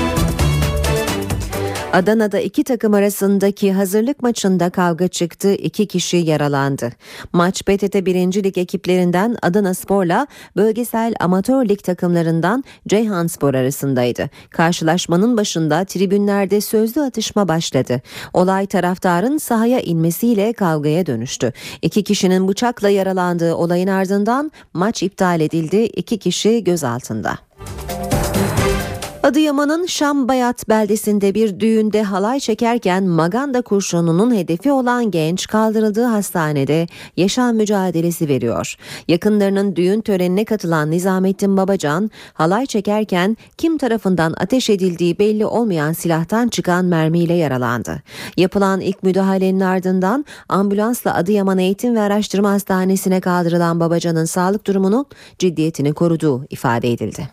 Adana'da iki takım arasındaki hazırlık maçında kavga çıktı, iki kişi yaralandı. Maç P T T birinci Lig ekiplerinden Adanaspor'la bölgesel amatör lig takımlarından Ceyhanspor arasındaydı. Karşılaşmanın başında tribünlerde sözlü atışma başladı. Olay taraftarın sahaya inmesiyle kavgaya dönüştü. İki kişinin bıçakla yaralandığı olayın ardından maç iptal edildi, iki kişi gözaltında. Adıyaman'ın Şambayat beldesinde bir düğünde halay çekerken maganda kurşununun hedefi olan genç kaldırıldığı hastanede yaşam mücadelesi veriyor. Yakınlarının düğün törenine katılan Nizamettin Babacan, halay çekerken kim tarafından ateş edildiği belli olmayan silahtan çıkan mermiyle yaralandı. Yapılan ilk müdahalenin ardından ambulansla Adıyaman Eğitim ve Araştırma Hastanesi'ne kaldırılan Babacan'ın sağlık durumunun ciddiyetini koruduğu ifade edildi.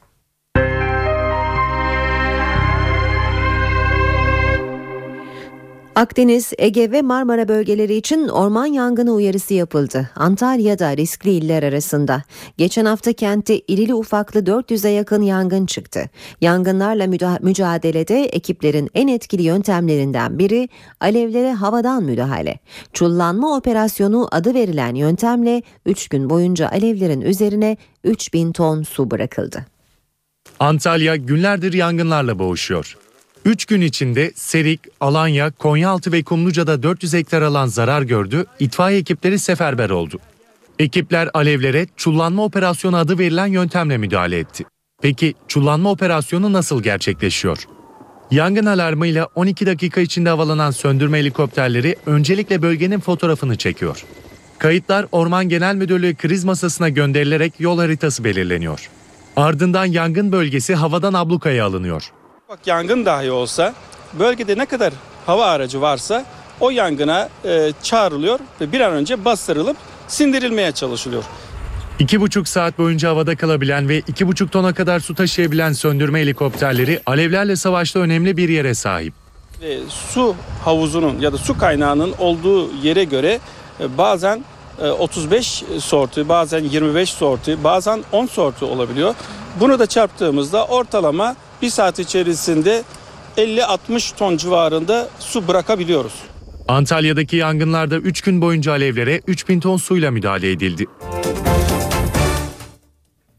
Akdeniz, Ege ve Marmara bölgeleri için orman yangını uyarısı yapıldı. Antalya'da riskli iller arasında. Geçen hafta kentte irili ufaklı dört yüze yakın yangın çıktı. Yangınlarla müda- mücadelede ekiplerin en etkili yöntemlerinden biri alevlere havadan müdahale. Çullanma operasyonu adı verilen yöntemle üç gün boyunca alevlerin üzerine üç bin ton su bırakıldı. Antalya günlerdir yangınlarla boğuşuyor. üç gün içinde Serik, Alanya, Konyaaltı ve Kumluca'da dört yüz hektar alan zarar gördü, itfaiye ekipleri seferber oldu. Ekipler alevlere çullanma operasyonu adı verilen yöntemle müdahale etti. Peki çullanma operasyonu nasıl gerçekleşiyor? Yangın alarmıyla on iki dakika içinde havalanan söndürme helikopterleri öncelikle bölgenin fotoğrafını çekiyor. Kayıtlar Orman Genel Müdürlüğü kriz masasına gönderilerek yol haritası belirleniyor. Ardından yangın bölgesi havadan ablukaya alınıyor. Yangın dahi olsa bölgede ne kadar hava aracı varsa o yangına e, çağrılıyor ve bir an önce bastırılıp sindirilmeye çalışılıyor. İki buçuk saat boyunca havada kalabilen ve iki buçuk tona kadar su taşıyabilen söndürme helikopterleri alevlerle savaşta önemli bir yere sahip. Ve su havuzunun ya da su kaynağının olduğu yere göre e, bazen e, otuz beş sortu, bazen yirmi beş sortu, bazen on sortu olabiliyor. Bunu da çarptığımızda ortalama bir saat içerisinde elli altmış ton civarında su bırakabiliyoruz. Antalya'daki yangınlarda üç gün boyunca alevlere üç bin ton suyla müdahale edildi.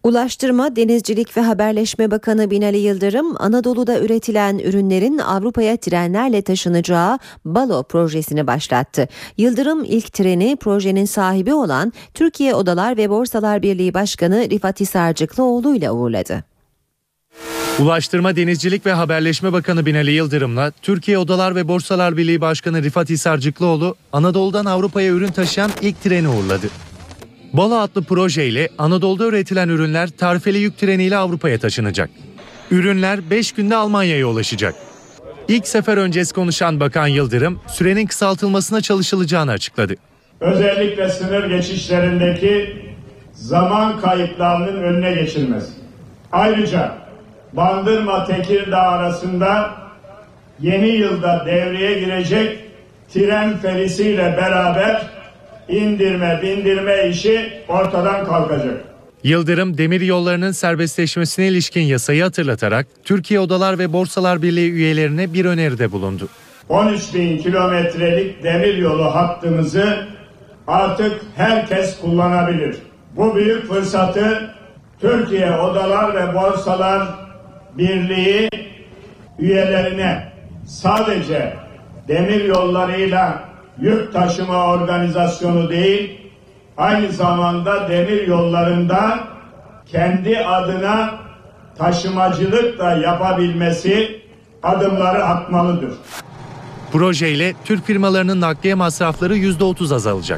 Ulaştırma, Denizcilik ve Haberleşme Bakanı Binali Yıldırım, Anadolu'da üretilen ürünlerin Avrupa'ya trenlerle taşınacağı Balo projesini başlattı. Yıldırım ilk treni projenin sahibi olan Türkiye Odalar ve Borsalar Birliği Başkanı Rifat Hisarcıklıoğlu ile uğurladı. Ulaştırma, Denizcilik ve Haberleşme Bakanı Binali Yıldırım'la Türkiye Odalar ve Borsalar Birliği Başkanı Rifat Hisarcıklıoğlu, Anadolu'dan Avrupa'ya ürün taşıyan ilk treni uğurladı. Balo adlı projeyle Anadolu'da üretilen ürünler tarifeli yük treniyle Avrupa'ya taşınacak. Ürünler beş günde Almanya'ya ulaşacak. İlk sefer öncesi konuşan Bakan Yıldırım, sürenin kısaltılmasına çalışılacağını açıkladı. Özellikle sınır geçişlerindeki zaman kayıplarının önüne geçilmesi. Ayrıca Bandırma-Tekirdağ arasında yeni yılda devreye girecek tren ferisiyle beraber indirme bindirme işi ortadan kalkacak. Yıldırım, demir yollarının serbestleşmesine ilişkin yasayı hatırlatarak Türkiye Odalar ve Borsalar Birliği üyelerine bir öneride bulundu. on üç bin kilometrelik demir yolu hattımızı artık herkes kullanabilir. Bu büyük fırsatı Türkiye Odalar ve Borsalar Birliği üyelerine sadece demir yollarıyla yük taşıma organizasyonu değil, aynı zamanda demir yollarında kendi adına taşımacılık da yapabilmesi adımları atmalıdır. Projeyle Türk firmalarının nakliye masrafları yüzde otuz azalacak.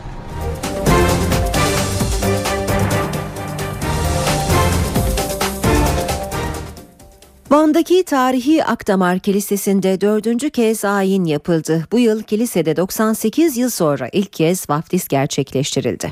Van'daki tarihi Akdamar Kilisesi'nde dördüncü kez ayin yapıldı. Bu yıl kilisede doksan sekiz yıl sonra ilk kez vaftiz gerçekleştirildi.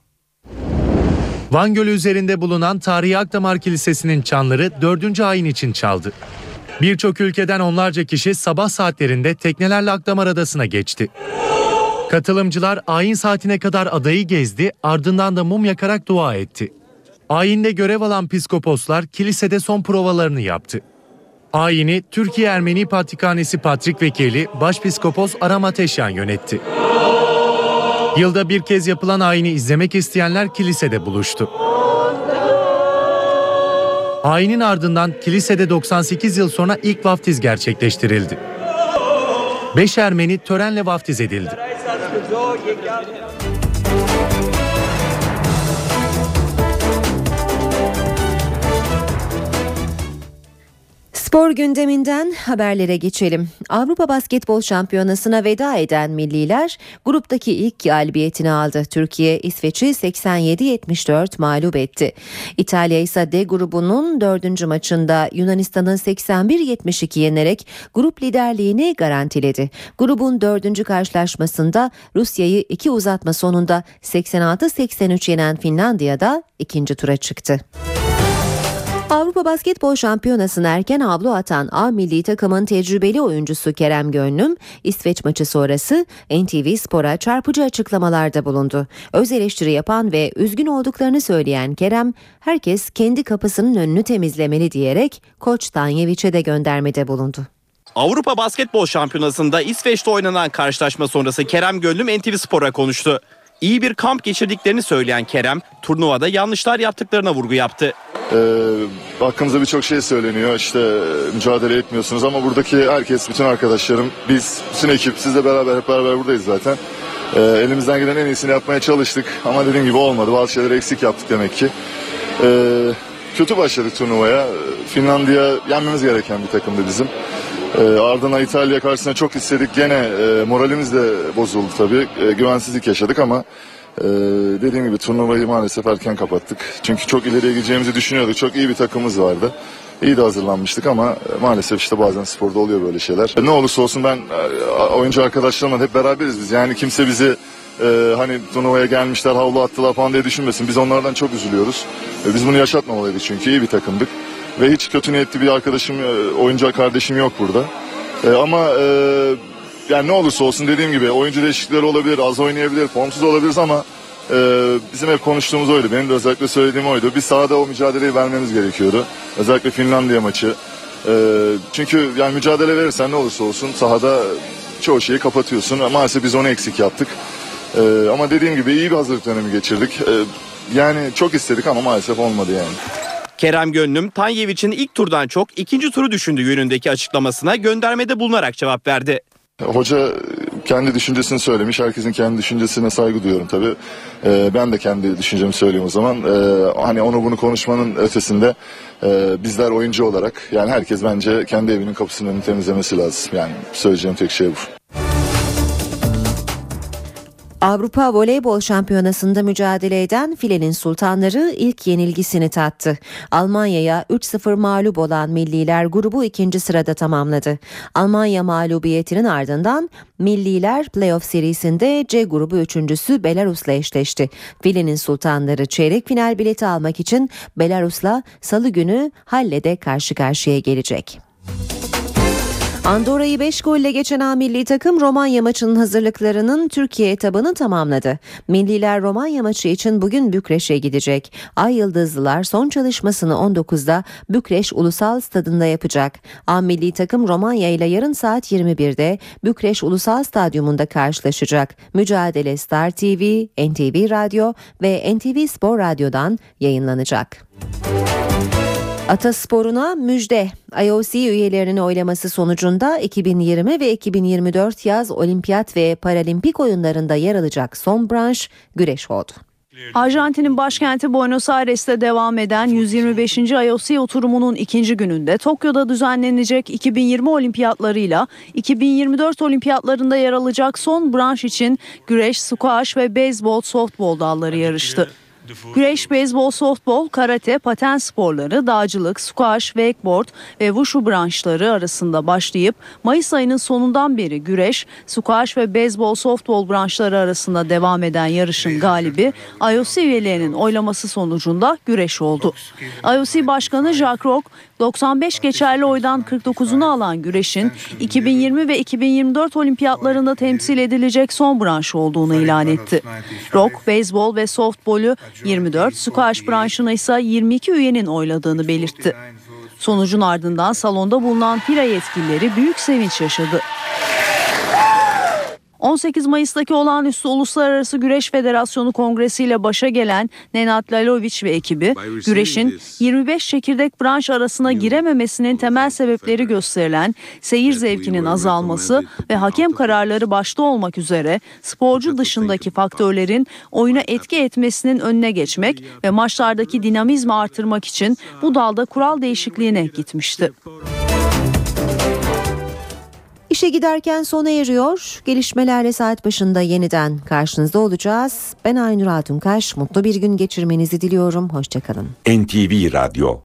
Van Gölü üzerinde bulunan tarihi Akdamar Kilisesi'nin çanları dördüncü ayin için çaldı. Birçok ülkeden onlarca kişi sabah saatlerinde teknelerle Akdamar Adası'na geçti. Katılımcılar ayin saatine kadar adayı gezdi, ardından da mum yakarak dua etti. Ayinde görev alan piskoposlar kilisede son provalarını yaptı. Ayini Türkiye Ermeni Patrikhanesi Patrik Vekili Başpiskopos Aram Ateşyan yönetti. Yılda bir kez yapılan ayini izlemek isteyenler kilisede buluştu. Ayinin ardından kilisede doksan sekiz yıl sonra ilk vaftiz gerçekleştirildi. Beş Ermeni törenle vaftiz edildi. Spor gündeminden haberlere geçelim. Avrupa Basketbol Şampiyonası'na veda eden milliler gruptaki ilk galibiyetini aldı. Türkiye İsveç'i seksen yedi yetmiş dört mağlup etti. İtalya ise D grubunun dördüncü maçında Yunanistan'ı seksen bir yetmiş iki yenerek grup liderliğini garantiledi. Grubun dördüncü karşılaşmasında Rusya'yı iki uzatma sonunda seksen altı seksen üç yenen Finlandiya'da ikinci tura çıktı. Avrupa Basketbol Şampiyonası'na erken havlu atan A milli takımın tecrübeli oyuncusu Kerem Gönlüm, İsveç maçı sonrası N T V Spor'a çarpıcı açıklamalarda bulundu. Öz eleştiri yapan ve üzgün olduklarını söyleyen Kerem, herkes kendi kapısının önünü temizlemeli diyerek Koç Tanjevic'e de göndermede bulundu. Avrupa Basketbol Şampiyonası'nda İsveç'te oynanan karşılaşma sonrası Kerem Gönlüm N T V Spor'a konuştu. İyi bir kamp geçirdiklerini söyleyen Kerem, turnuvada yanlışlar yaptıklarına vurgu yaptı. Ee, hakkımızda birçok şey söyleniyor, işte mücadele etmiyorsunuz ama buradaki herkes, bütün arkadaşlarım, biz, bütün ekip, sizle beraber hep beraber buradayız zaten. Ee, elimizden gelen en iyisini yapmaya çalıştık ama dediğim gibi olmadı, bazı şeyleri eksik yaptık demek ki. Ee, kötü başladık turnuvaya, Finlandiya yenmemiz gereken bir takımdı bizim. Ee, ardından İtalya karşısında çok istedik, gene e, moralimiz de bozuldu tabii, e, güvensizlik yaşadık ama Ee, dediğim gibi turnuvayı maalesef erken kapattık. Çünkü çok ileriye gideceğimizi düşünüyorduk. Çok iyi bir takımımız vardı. İyi de hazırlanmıştık ama maalesef işte bazen sporda oluyor böyle şeyler. Ne olursa olsun ben oyuncu arkadaşlarımla hep beraberiz biz. Yani kimse bizi e, hani turnuvaya gelmişler havlu attılar falan diye düşünmesin. Biz onlardan çok üzülüyoruz. E, biz bunu yaşatmamalıydık çünkü iyi bir takımdık. Ve hiç kötü niyetli bir arkadaşım, oyuncu kardeşim yok burada. E, ama e, yani ne olursa olsun dediğim gibi oyuncu değişiklikleri olabilir, az oynayabilir, formsuz olabiliriz ama e, bizim hep konuştuğumuz oydu. Benim de özellikle söylediğim oydu. Biz sahada o mücadeleyi vermemiz gerekiyordu. Özellikle Finlandiya maçı. E, çünkü yani mücadele verirsen ne olursa olsun sahada çoğu şeyi kapatıyorsun. Maalesef biz onu eksik yaptık. E, ama dediğim gibi iyi bir hazırlık dönemi geçirdik. E, yani çok istedik ama maalesef olmadı yani. Kerem Gönlüm, Tanyevic'in ilk turdan çok ikinci turu düşündüğü yönündeki açıklamasına göndermede bulunarak cevap verdi. Hoca kendi düşüncesini söylemiş. Herkesin kendi düşüncesine saygı duyuyorum tabii. Ee, ben de kendi düşüncemi söyleyeyim o zaman. Ee, hani onu bunu konuşmanın ötesinde e, bizler oyuncu olarak yani herkes bence kendi evinin kapısının önünü temizlemesi lazım. Yani söyleyeceğim tek şey bu. Avrupa Voleybol Şampiyonası'nda mücadele eden Filenin Sultanları ilk yenilgisini tattı. Almanya'ya üç sıfır mağlup olan milliler grubu ikinci sırada tamamladı. Almanya mağlubiyetinin ardından milliler playoff serisinde C grubu üçüncüsü Belarus'la eşleşti. Filenin Sultanları çeyrek final bileti almak için Belarus'la salı günü Halle'de karşı karşıya gelecek. Andorra'yı beş golle geçen A milli takım Romanya maçının hazırlıklarının Türkiye etabını tamamladı. Milliler Romanya maçı için bugün Bükreş'e gidecek. Ay Yıldızlılar son çalışmasını on dokuzda Bükreş Ulusal Stadı'nda yapacak. A milli takım Romanya ile yarın saat yirmi birde Bükreş Ulusal Stadyumunda karşılaşacak. Mücadele Star T V, N T V Radyo ve N T V Spor Radyo'dan yayınlanacak. Atasporuna müjde. I O C üyelerinin oylaması sonucunda iki bin yirmi ve iki bin yirmi dört yaz olimpiyat ve paralimpik oyunlarında yer alacak son branş güreş oldu. Arjantin'in başkenti Buenos Aires'te devam eden yüz yirmi beşinci I O C oturumunun ikinci gününde Tokyo'da düzenlenecek iki bin yirmi olimpiyatlarıyla iki bin yirmi dört olimpiyatlarında yer alacak son branş için güreş, squash ve beyzbol, softbol dalları yarıştı. Güreş, beyzbol, softbol, karate, paten sporları, dağcılık, squash, wakeboard ve wushu branşları arasında başlayıp Mayıs ayının sonundan beri güreş, squash ve beyzbol, softbol branşları arasında devam eden yarışın galibi I O C üyelerinin oylaması sonucunda güreş oldu. I O C Başkanı Jacques Roch, doksan beş geçerli oydan kırk dokuzunu alan güreşin iki bin yirmi ve iki bin yirmi dört olimpiyatlarında temsil edilecek son branş olduğunu ilan etti. Roch, beyzbol ve softbolü yirmi dört, squash branşını ise yirmi iki üyenin oyladığını belirtti. Sonucun ardından salonda bulunan FİRA yetkilileri büyük sevinç yaşadı. on sekiz Mayıs'taki olağanüstü Uluslararası Güreş Federasyonu Kongresi ile başa gelen Nenad Lalovic ve ekibi, güreşin yirmi beş çekirdek branş arasına girememesinin temel sebepleri gösterilen seyir zevkinin azalması ve hakem kararları başta olmak üzere sporcu dışındaki faktörlerin oyuna etki etmesinin önüne geçmek ve maçlardaki dinamizmi artırmak için bu dalda kural değişikliğine gitmişti. İşe giderken sona eriyor. Gelişmelerle saat başında yeniden karşınızda olacağız. Ben Aynur Altunkaş. Mutlu bir gün geçirmenizi diliyorum. Hoşçakalın. N T V Radyo